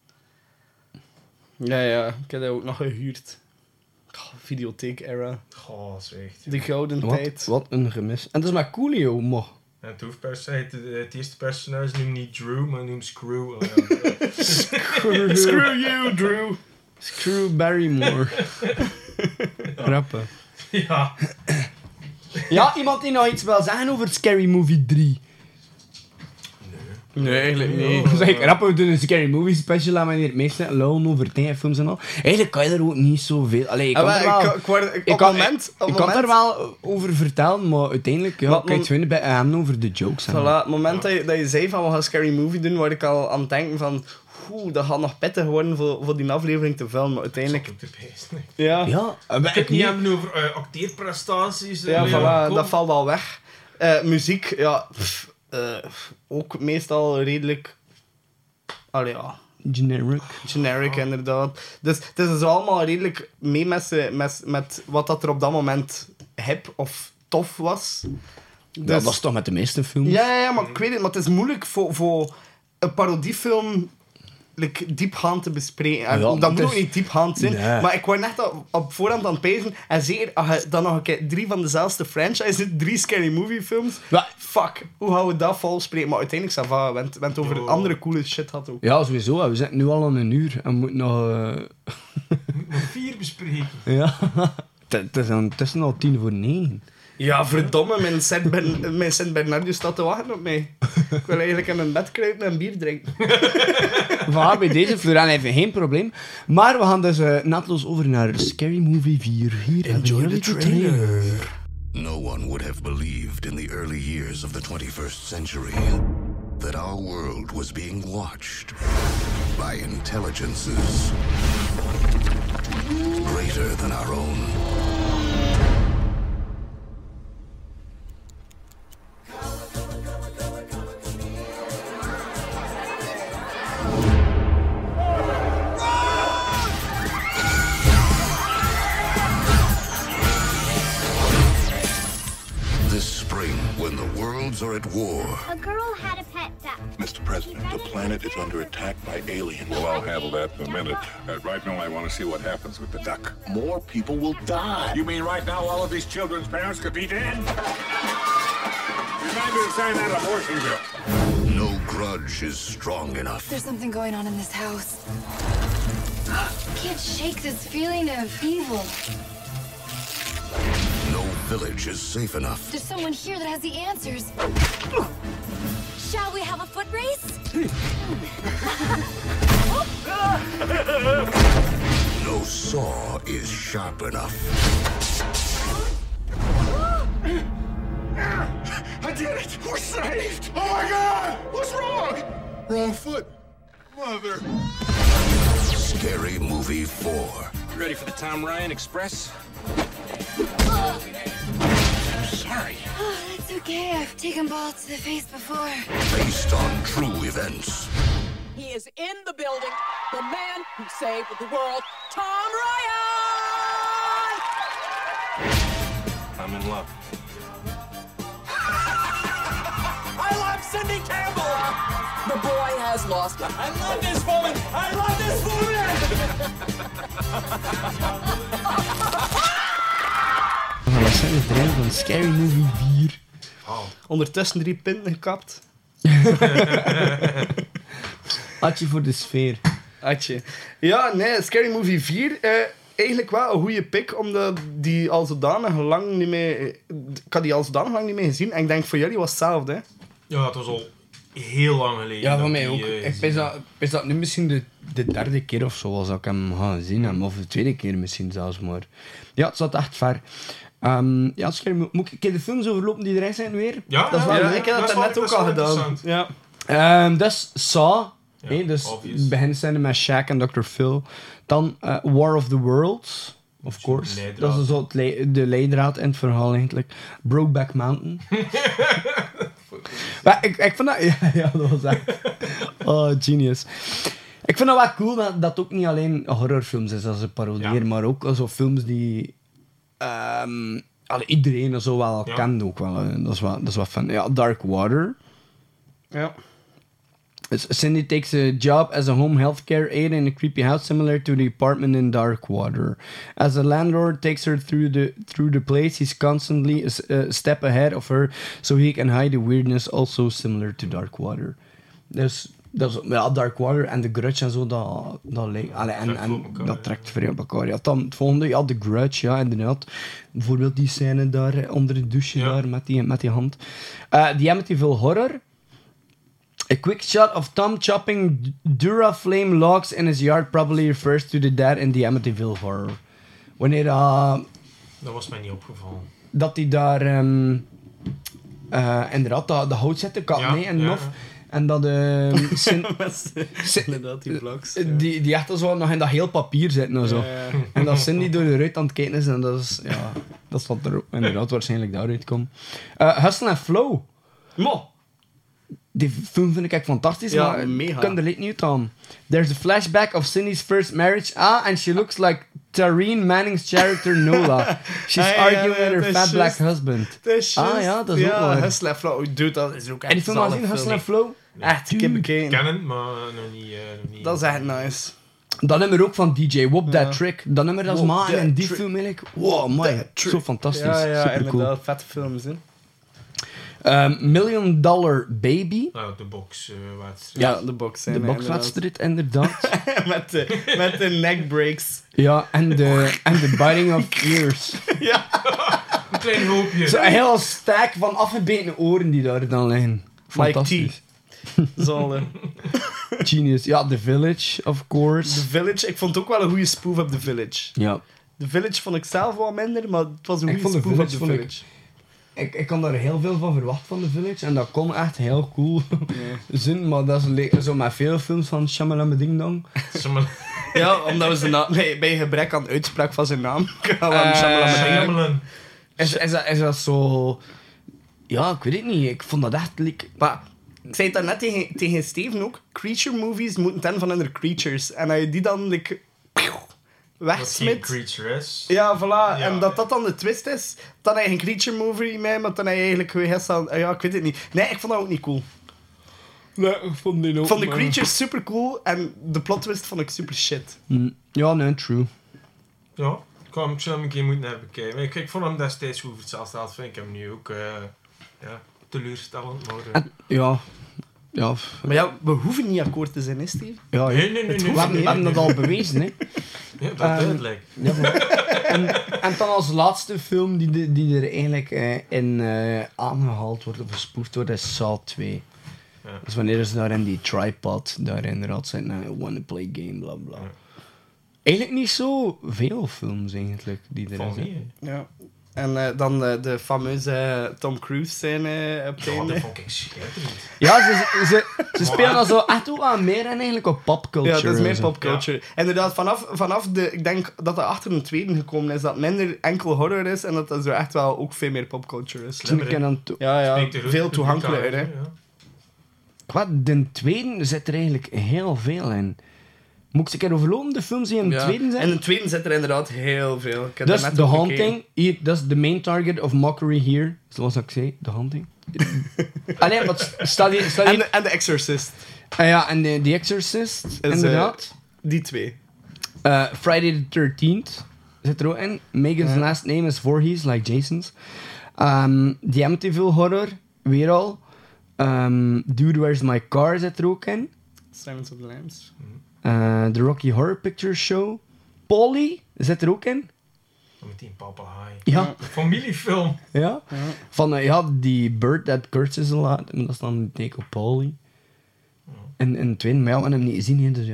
Ja, ik heb dat ook nog gehuurd. Videotheek-era.
Goh, zweegt.
De gouden tijd.
Wat een gemis. En dat is met Coolio, maar...
En het hoofdpersonage, het eerste personage noemt niet Drew, maar noemt Screw. Oh, ja.
Screw you, Drew.
Screw Barrymore. Grappig.
Ja.
Ja, iemand die nog iets wil zeggen over Scary Movie 3?
Nee, eigenlijk niet.
Dus ik rap, we doen een Scary Movie special aan wanneer het meeste lullen over tegenfilms en al. Eigenlijk kan je er ook niet zoveel... Allee, ik kan er wel over vertellen, maar uiteindelijk kan je het gewoon bij hem over de jokes hebben.
Voilà, het moment dat je zei van we gaan Scary Movie doen, word ik al aan het denken van dat gaat nog pittig worden voor die aflevering te filmen, maar uiteindelijk...
Dat is ook de beest, nee.
Ja.
Ik heb het niet hebben over acteerprestaties.
Ja, voilà, dat valt al weg. Muziek, ja... ook meestal redelijk... Allee, ja... Generic, inderdaad. Dus het is dus allemaal redelijk mee met wat dat er op dat moment hip of tof was.
dat is toch met de meeste films?
Ja, maar ik weet het, maar het is moeilijk voor een parodiefilm diepgaand te bespreken. Dat moet ook niet diepgaand zijn, maar ik wou net op voorhand aan het pijzen, en zeker als je dan nog een keer 3 van dezelfde franchise, 3 Scary Movie films, fuck, hoe gaan we dat vol spreken? Maar uiteindelijk, ça va, we hebben het over andere coole shit gehad ook.
Ja, sowieso, we zitten nu al aan 1 uur en we moeten nog...
nog 4 bespreken.
Ja, het is ondertussen al 9:10.
Ja, verdomme, mijn Sint Bernardus staat te wachten op mij. Ik wil eigenlijk in mijn bed kruipen en bier drinken.
We gaan bij deze, Florian heeft geen probleem. Maar we gaan dus naadloos over naar Scary Movie 4. Hier
Enjoy
hebben
the
we de trailer.
No one would have believed in the early years of the 21st century that our world was being watched by intelligences greater than our own. When the worlds are at war.
A girl had a pet duck.
Mr. President, the planet is under attack by aliens. Well, I'll handle that in a minute. Right now, I want to see what happens with the duck. More people will die.
You mean right now all of these children's parents could be dead? Remind me to sign that abortion bill.
No grudge is strong enough.
There's something going on in this house. I can't shake this feeling of evil.
No village is safe enough.
There's someone here that has the answers. Shall we have a foot race?
No saw is sharp enough.
I did it! We're saved! Oh my God! What's wrong? Wrong foot. Mother.
Scary Movie 4.
Ready for the Tom Ryan Express?
Sorry.
Oh, that's okay. I've taken balls to the face before.
Based on true events.
He is in the building. The man who saved the world, Tom Ryan!
I'm in love.
I love Cindy Campbell! The boy has lost it. I love this woman! I love this woman!
Wat zijn de trailer van Scary Movie 4?
Ondertussen 3 pinten gekapt.
Atje voor de sfeer.
Atje. Ja, nee, Scary Movie 4... eigenlijk wel een goede pick, omdat die al zodanig lang niet meer... Ik had die al zodanig lang niet meer gezien. En ik denk, voor jullie was hetzelfde, hè?
Ja, het was al heel lang geleden.
Ja, van mij ook. Ik wist dat nu misschien de 3e keer of zo was dat ik hem gaan zien heb. Of de 2e keer misschien zelfs, maar... Ja, het zat echt ver. Ja, moet ik de films overlopen die erin zijn weer?
Ja,
dat is wel
ja,
ik heb dat net ook al gedaan.
Ja. Dus Saw.
Ja,
dus
obvious.
beginscène met Shaq en Dr. Phil. Dan War of the Worlds. Of course. Dat is zo de leidraad in het verhaal eigenlijk. Brokeback Mountain. Maar ik vond dat... Ja, dat was echt... Oh, genius. Ik vind dat wel cool dat dat ook niet alleen horrorfilms is als ze paroderen, maar ook zo films die... iedereen zo wel kent ook wel. Dat is wat fun. Ja, Dark Water.
Ja.
Cindy takes a job as a home healthcare aide in a creepy house similar to the apartment in Darkwater. As the landlord takes her through the place, he's constantly a step ahead of her, so he can hide the weirdness, also similar to Darkwater. Dus ja, Darkwater en The Grudge en zo, dat lijkt... En dat trekt vrij op elkaar. Ja, dan het volgende, ja, The Grudge, ja, inderdaad. Bijvoorbeeld die scène daar, onder de douche, daar, met die hand. Die Amityville Horror. A quick shot of Tom chopping Duraflame logs in his yard probably refers to the dad in the Amityville Horror. Wanneer
dat was mij niet opgevallen.
Dat hij daar inderdaad de hout zette, en Nof. En dat
inderdaad, die vlogs.
Die echt zo nog in dat heel papier zitten en zo.
Ja.
En dat Cindy door de ruit aan het kijken is en dat is, ja, dat zal er inderdaad waarschijnlijk daaruit komen. Hustle and Flow.
Mo.
Die film vind ik echt fantastisch, maar
mega.
Ik kan er niet uit aan. There's a flashback of Cindy's first marriage. And she looks like Tareen Manning's character Nola. She's arguing with her
dat is
fat black
juist.
husband.
Dat is juist.
Ah ja, dat is ook wel.
Hustle and Flow. Dude, dat is ook echt
En die film al gezien, Hustle and Flow?
Echt, ik heb bekeken.
Kennen, maar nog niet.
Dat is echt nice.
Dat nummer ook van DJ, Whoop That Trick. Dat nummer dat ze
Whoop
maken
That
in die
Trick.
film eigenlijk. Wow, man. Zo fantastisch.
Ja,
Super cool.
inderdaad. Vette films, hè.
$1 Million Baby.
Nou, de bokswedstrijd.
Ja, de box.
De bokswedstrijd, inderdaad.
met de neck breaks.
Ja, en de biting of ears.
Ja.
Een klein hoopje.
Zo'n heel stack van afgebeten oren die daar dan liggen. Fantastisch.
Zalig.
Genius. Ja, The Village, of course.
The Village, ik vond het ook wel een goede spoof op The Village.
Ja.
The Village vond ik zelf wel minder, maar het was een
Ik
goede
vond The
spoof op
Village,
The
vond
Village.
Ik kan daar heel veel van verwachten van The Village. En dat kon echt heel cool zijn. Maar dat is zo met veel films van Shyamalan Ding Dong.
Ja, omdat we zijn naam... Nee, bij gebrek aan uitspraak van zijn naam. Shyamalan.
Is dat zo... Ja, ik weet het niet. Ik vond dat echt...
Maar ik zei het daarnet tegen Steven ook. Creature movies moeten ten van hun creatures. En als je die dan wegsmit...
Wat geen creature is.
Ja, voilà. Ja. En dat dan de twist is, dan heb je een creature movie mee, maar dan heb je eigenlijk weer heel ja, ik weet het niet. Nee, ik vond dat ook niet cool.
Nee, ik vond die ook.
Ik vond de creatures super cool en de plot twist vond ik super shit.
Ja, nee, true.
Ja, ik zou hem een keer moeten naar bekijken. Ik vond hem destijds goed hetzelfde had, vind ik hem nu ook teleurstellend. Maar,
ja. Ja.
Maar ja, we hoeven niet akkoord te zijn, hè, Steve?
Ja,
nee.
We hebben dat al bewezen, hè.
Ja, dat duidelijk.
Ja, en dan als laatste film die er eigenlijk in aangehaald wordt of gespoord wordt, is Saw 2.
Ja.
Dus wanneer ze daar in die tripod daar inderdaad zijn, I wanna play game, bla bla. Ja. Eigenlijk niet zo veel films eigenlijk die er zijn.
Ja. En dan de fameuze Tom Cruise scène op het einde.
Dat vond ik schitterend.
Ja, ze spelen al zo echt ook aan meer en eigenlijk op popculture.
Ja, dat is meer popculture. Ja. Inderdaad, vanaf de... Ik denk dat er achter een tweede gekomen is, dat minder enkel horror is en dat dat zo echt wel ook veel meer popculture is. Ja, veel toegankelijker, hè.
Wat, de tweede zit er eigenlijk heel veel in. Moet ik eens een keer overlopen, de films die in de tweede zijn?
En de tweede zit er inderdaad heel veel.
Dat is The Haunting. Dat is the main target of mockery here. Zoals ik zei, The Haunting. Alleen, wat staat hier...
En The Exorcist.
Ja, en The Exorcist, is, inderdaad.
Die twee.
Friday the 13th zit er ook in. Megan's last name is Voorhees, like Jason's. The Amityville Horror, weer al. Dude, Where's My Car zit er ook in.
Silence of the Lambs.
The Rocky Horror Picture Show. Polly zit er ook in.
Met die papegaai.
Ja.
Familiefilm.
Ja. Van die Bird That Curses a Lot. Dat is dan een teken op Polly. En in tweede, maar ja, we hebben hem niet gezien, dus ja.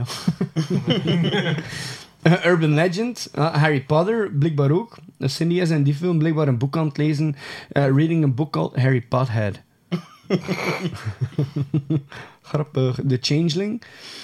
Urban Legend. Harry Potter, blijkbaar ook. Cindy is in die film blijkbaar een boek aan het lezen. Reading a book called Harry Pothead. Grappig. The Changeling.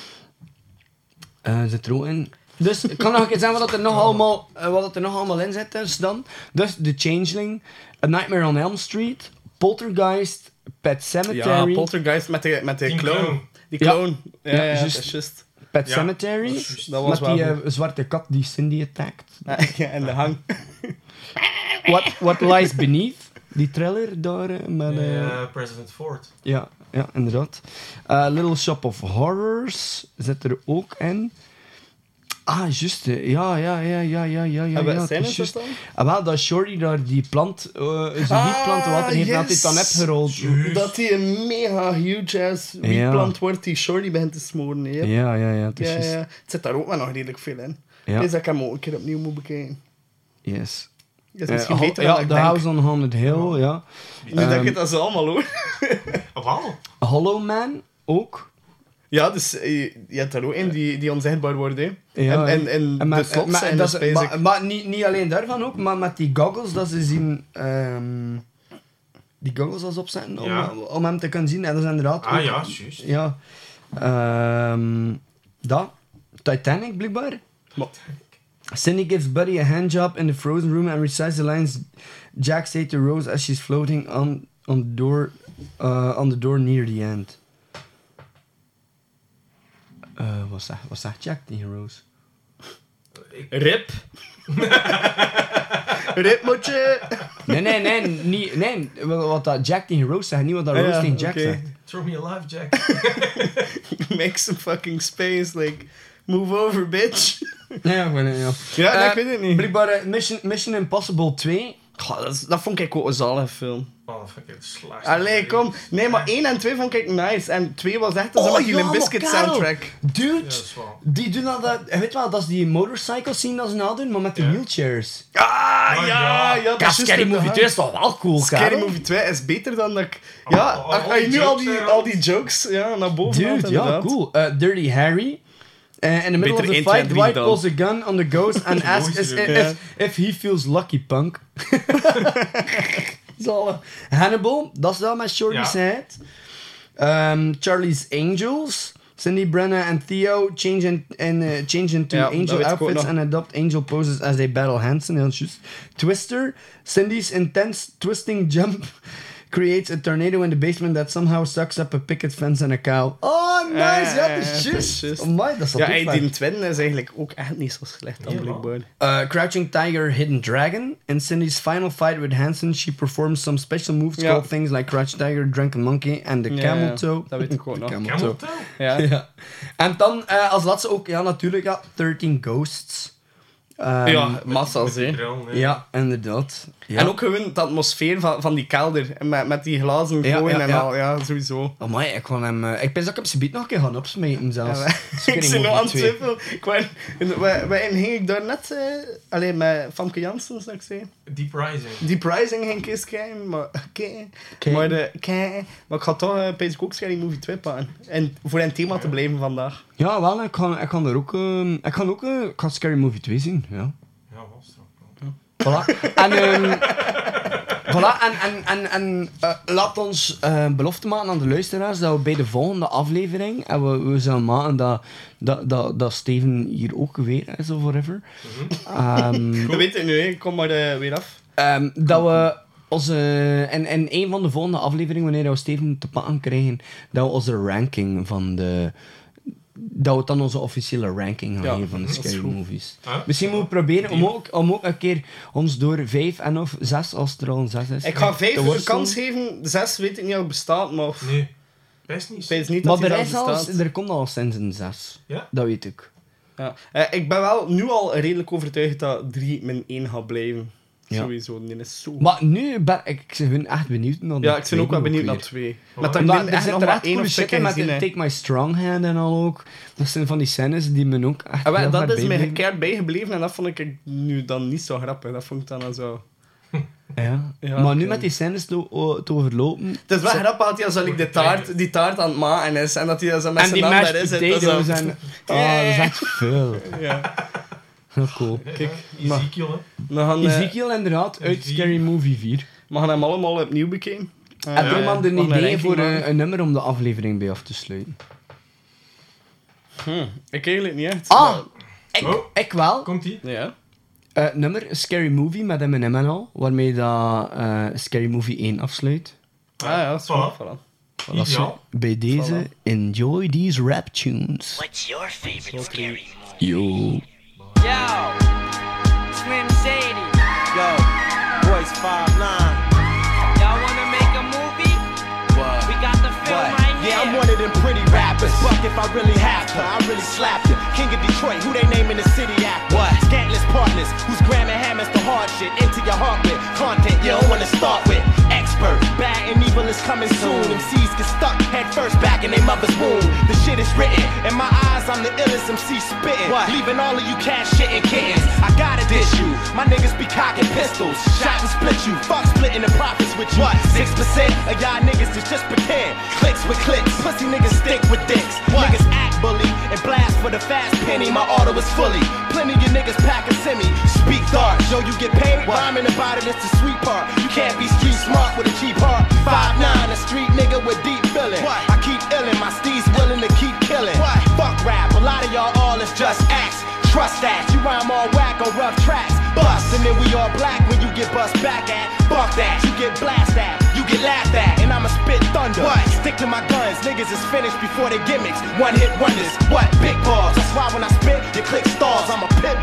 Zit er ook in. Dus ik kan nog een keer zeggen wat er nog allemaal in zit. Dus The Changeling, A Nightmare on Elm Street, Poltergeist, Pet Sematary.
Ja, Poltergeist met de clown. Die clown. Ja, dat is juist.
Pet Sematary,
dat was
met die zwarte kat die Cindy attackt.
Ja, en de hang.
What Lies Beneath, die thriller daar met...
President Ford.
Ja, inderdaad. Little Shop of Horrors zit er ook in. Ah, juist. Ja.
En wat zijn het dan?
Wel, dat Shorty daar die plant, zijn wietplant water heeft altijd dan opgerold.
Dat die een mega huge ass wietplant wordt die Shorty begint te smoren. Yep.
Ja.
Het zit daar ook wel nog redelijk veel in.
Ja.
Dus dat ik hem ook een keer opnieuw moet bekijken.
Yes.
Dat is misschien beter dan ik
The
denk.
House on Haunted Hill, ja.
Nu denk ik dat ze allemaal hoor.
Hollow Man, ook.
Ja, dus je hebt daar ook een die onzichtbaar wordt, hè.
Ja,
en de slots zijn
dat
dus
maar niet alleen daarvan ook, maar met die goggles dat ze zien... die goggles als opzetten om hem te kunnen zien. En dat is inderdaad ook,
ja, juist.
Ja. Dat. Titanic, blijkbaar. Cindy gives Buddy a handjob in the frozen room and recites the lines Jack said to Rose as she's floating on the door near the end. Wat zegt Jack tegen Rose?
Rip. Rip moet je...
Nee, wat dat Jack tegen Rose zegt, niet wat dat Rose tegen Jack zegt.
Throw me alive, Jack.
Make some fucking space, like... Move over, bitch.
Ja,
ik weet het niet.
Blijkbaar Mission Impossible 2.
Goh, dat vond ik ook een zalige film.
Oh, dat vind ik het slechtste.
Allee, kom. Nee, maar 1 en 2 vond ik nice. En 2 was echt als die Limp Bizkit soundtrack.
Dude, die doen dat... Weet wel, dat is die motorcycle scene dat ze nadoen, maar met de wheelchairs.
Ja.
Scary Movie 2 is toch wel cool,
Scary Movie 2 is beter dan dat ik... Ja, als je nu al die jokes naar boven haalt,
inderdaad. Cool. Dirty Harry. In the middle of the fight, Dwight pulls a gun on the ghost and asks if he feels lucky, punk. Hannibal, dat is wel met Shorty Side. Charlie's Angels. Cindy, Brenna and Theo change into angel outfits and adopt angel poses as they battle Hansen. Twister. Cindy's intense twisting jump creates a tornado in the basement that somehow sucks up a picket fence and a cow. Oh, nice! Ja, dat is juist. Amai, dat is wel tof.
Die twin is eigenlijk ook echt niet zo slecht dan blijkbaar.
Crouching Tiger, Hidden Dragon. In Cindy's final fight with Hansen, she performs some special moves called things like Crouch Tiger, Drunken Monkey and the Camel Toe.
Dat weet ik ook nog.
Camel Toe?
Ja. En dan als laatste ook, natuurlijk, 13 Ghosts.
Massa's, hè.
Ja, inderdaad. Ja.
En ook gewoon de atmosfeer van die kelder. Met die glazen gooien en al. Ja, sowieso.
Amai, ik wou hem... ik ben dat ik hem subiet nog een keer gaan opsmeten zelfs.
Ik zit nog aan het twijfelen. Waarin ging ik daar net... alleen met Famke Janssen, zou ik zeggen. Deep Rising ging ik eens kijken, maar... Maar ik ga toch ook Scary Movie 2 pakken. En voor een thema te blijven vandaag.
Ja, wel, ik ga er ook... ik ga Scary Movie 2 zien, ja.
Ja, wel straks.
Voilà. En laat ons belofte maken aan de luisteraars dat we bij de volgende aflevering, en we zullen maken dat Steven hier ook weer is, of whatever.
We weten nu, ik kom maar weer af.
Dat we in een van de volgende afleveringen, wanneer we Steven te pakken krijgen, dat we onze ranking van de... Dat we dan onze officiële ranking gaan geven van de Scary Movies. Misschien moeten we proberen om ook een keer ons door 5 en of 6, als er al een 6 is.
Ik ga 5 een kans geven. 6 weet ik niet of het bestaat, maar...
Nee, best niet.
Maar er komt al sinds een 6. Ja? Dat weet ik.
Ja. Ik ben wel nu al redelijk overtuigd dat 3 min 1 gaat blijven. Ja. Sowieso, die is zo...
Maar nu ben ik gewoon echt benieuwd naar de 2.
Ja, ik ben ook wel benieuwd naar 2.
Er zit er echt coole shit in met Take My Strong Hand en al ook. Dat zijn van die scènes die me ook echt heel
dat is me gekeerd bijgebleven en dat vond ik nu dan niet zo grappig. Dat vond ik dan al zo...
Ja, maar nu met die scènes te overlopen...
Het is wel grappig dat hij als die taart aan het maken is en dat hij zo met zijn hand daarin zit.
En die mashed potatoes dat is echt veel.
Ja.
Heel cool.
Kijk,
Ezekiel inderdaad, uit Scary Movie 4.
We gaan hem allemaal opnieuw bekijken.
Heb iemand een idee voor een nummer om de aflevering bij af te sluiten?
Ik eigenlijk niet echt.
Ik wel.
Komt-ie?
Ja.
Nummer, Scary Movie met Eminem en al, waarmee dat Scary Movie 1 afsluit.
Dat is wel.
Bij deze, enjoy these rap tunes.
What's your favorite Scary Movie?
Yo,
Slim Shady. Yo, Boys 5'9". Y'all wanna make a movie? What? We got the film right here.
Yeah, I'm one of them pretty rappers. Fuck if I really have to, I really slap you. King of Detroit, who they name in the city after? What? Scantless partners, who's grammar hammers the hard shit into your heart with content you don't wanna start with. Expert, bad and evil is coming soon. MCs get stuck head first back in their mother's womb. The shit is written, in my eyes I'm the illest MC spitting. What? Leaving all of you cash shitting kittens. I gotta dish you, my niggas be cocking pistols. Shot and split you, fuck splitting the profits with you. What? 6% of y'all niggas is just pretend. Clicks with clicks, pussy niggas stick with dicks. What? Niggas act bully and blast for the fast penny. My order is fully. Plenty of you niggas pack a semi. Speak dark, show you get paid. Rhyming about it, it's the sweet part. You can't be street smart with a cheap heart. 5'9", a street nigga with deep feeling. I keep illin', my steez willing to keep killing. Fuck rap, a lot of y'all all is just acts. Trust that, you rhyme all whack on rough tracks. Bust, and then we all black when you get bust back at. Fuck that, you get blast at, you get laughed at, and I'ma spit thunder. What? Stick to my guns, niggas is finished before they gimmicks. One hit wonders, what? Big balls, that's why when I spit, your click stalls. I'm a pit bull,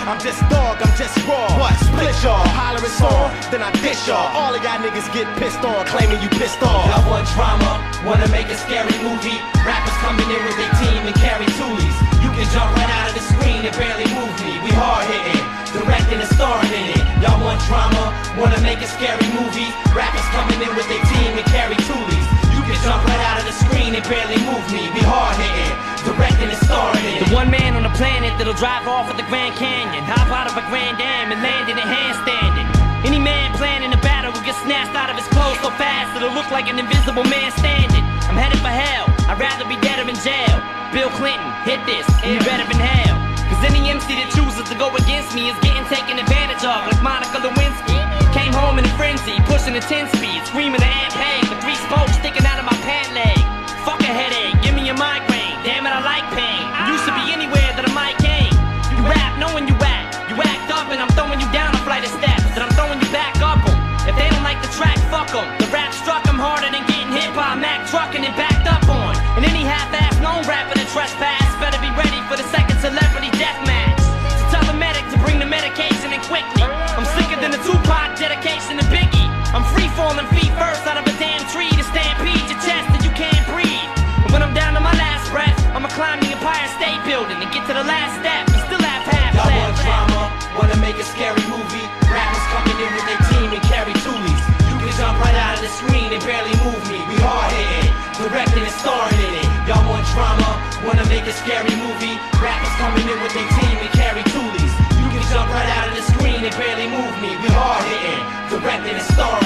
I'm just dog, I'm just raw. What? Split y'all, hollering sore, then I dish y'all. All of y'all niggas get pissed on, claiming you pissed off.
Y'all want drama, wanna make a scary movie. Rappers coming in with their team and carry toolies. You can jump right out of the screen and barely move me. We hard hitting, directing and starring in it. Y'all want drama, wanna make a scary movie. Rappers coming in with their team and carry toolies. You can jump right out of the screen and barely move me. We hard hitting, directing and starring in it.
The one man on the planet that'll drive off at the Grand Canyon, hop out of a Grand Dam and land in a handstanding. Any man planning a battle will get snatched out of his clothes so fast it'll look like an invisible man standing. I'm headed for hell, I'd rather be dead or in jail. Bill Clinton, hit this, and you better inhale. Cause any MC that chooses to go against me is getting taken advantage of, like Monica Lewinsky. Came home in a frenzy, pushing a 10-speed, screaming to Aunt Peg with 3 spokes sticking out of my pant leg. Fuck a headache, give me a migraine, damn it I like pain. Used to be anywhere that a mic came. You rap knowing you act up and I'm throwing you down a flight of steps. Then I'm throwing you back up them. If they don't like the track, fuck them. The rap struck them harder than getting hit by a Mack truck and then backed up on. And any half-ass known rapper that trespass better be ready for the second celebrity death match. So tell the medic to bring the medication in quickly. I'm sicker than the Tupac dedication to Biggie. I'm free falling feet first out of a damn tree to stampede your chest and you can't breathe. And when I'm down to my last breath, I'ma climb the Empire State Building and get to the last step and still have half
Y'all
left.
want drama, wanna make a scary movie. Rappers coming in with their team and carry toolies. You can jump right out of the screen and barely move me. We hard hitting, directing and starring in it. Y'all want drama, wanna make a scary movie. Rappers coming in with their team and carry toolies. You can jump right out of the screen and barely move me. We hard hitting, directing and starring.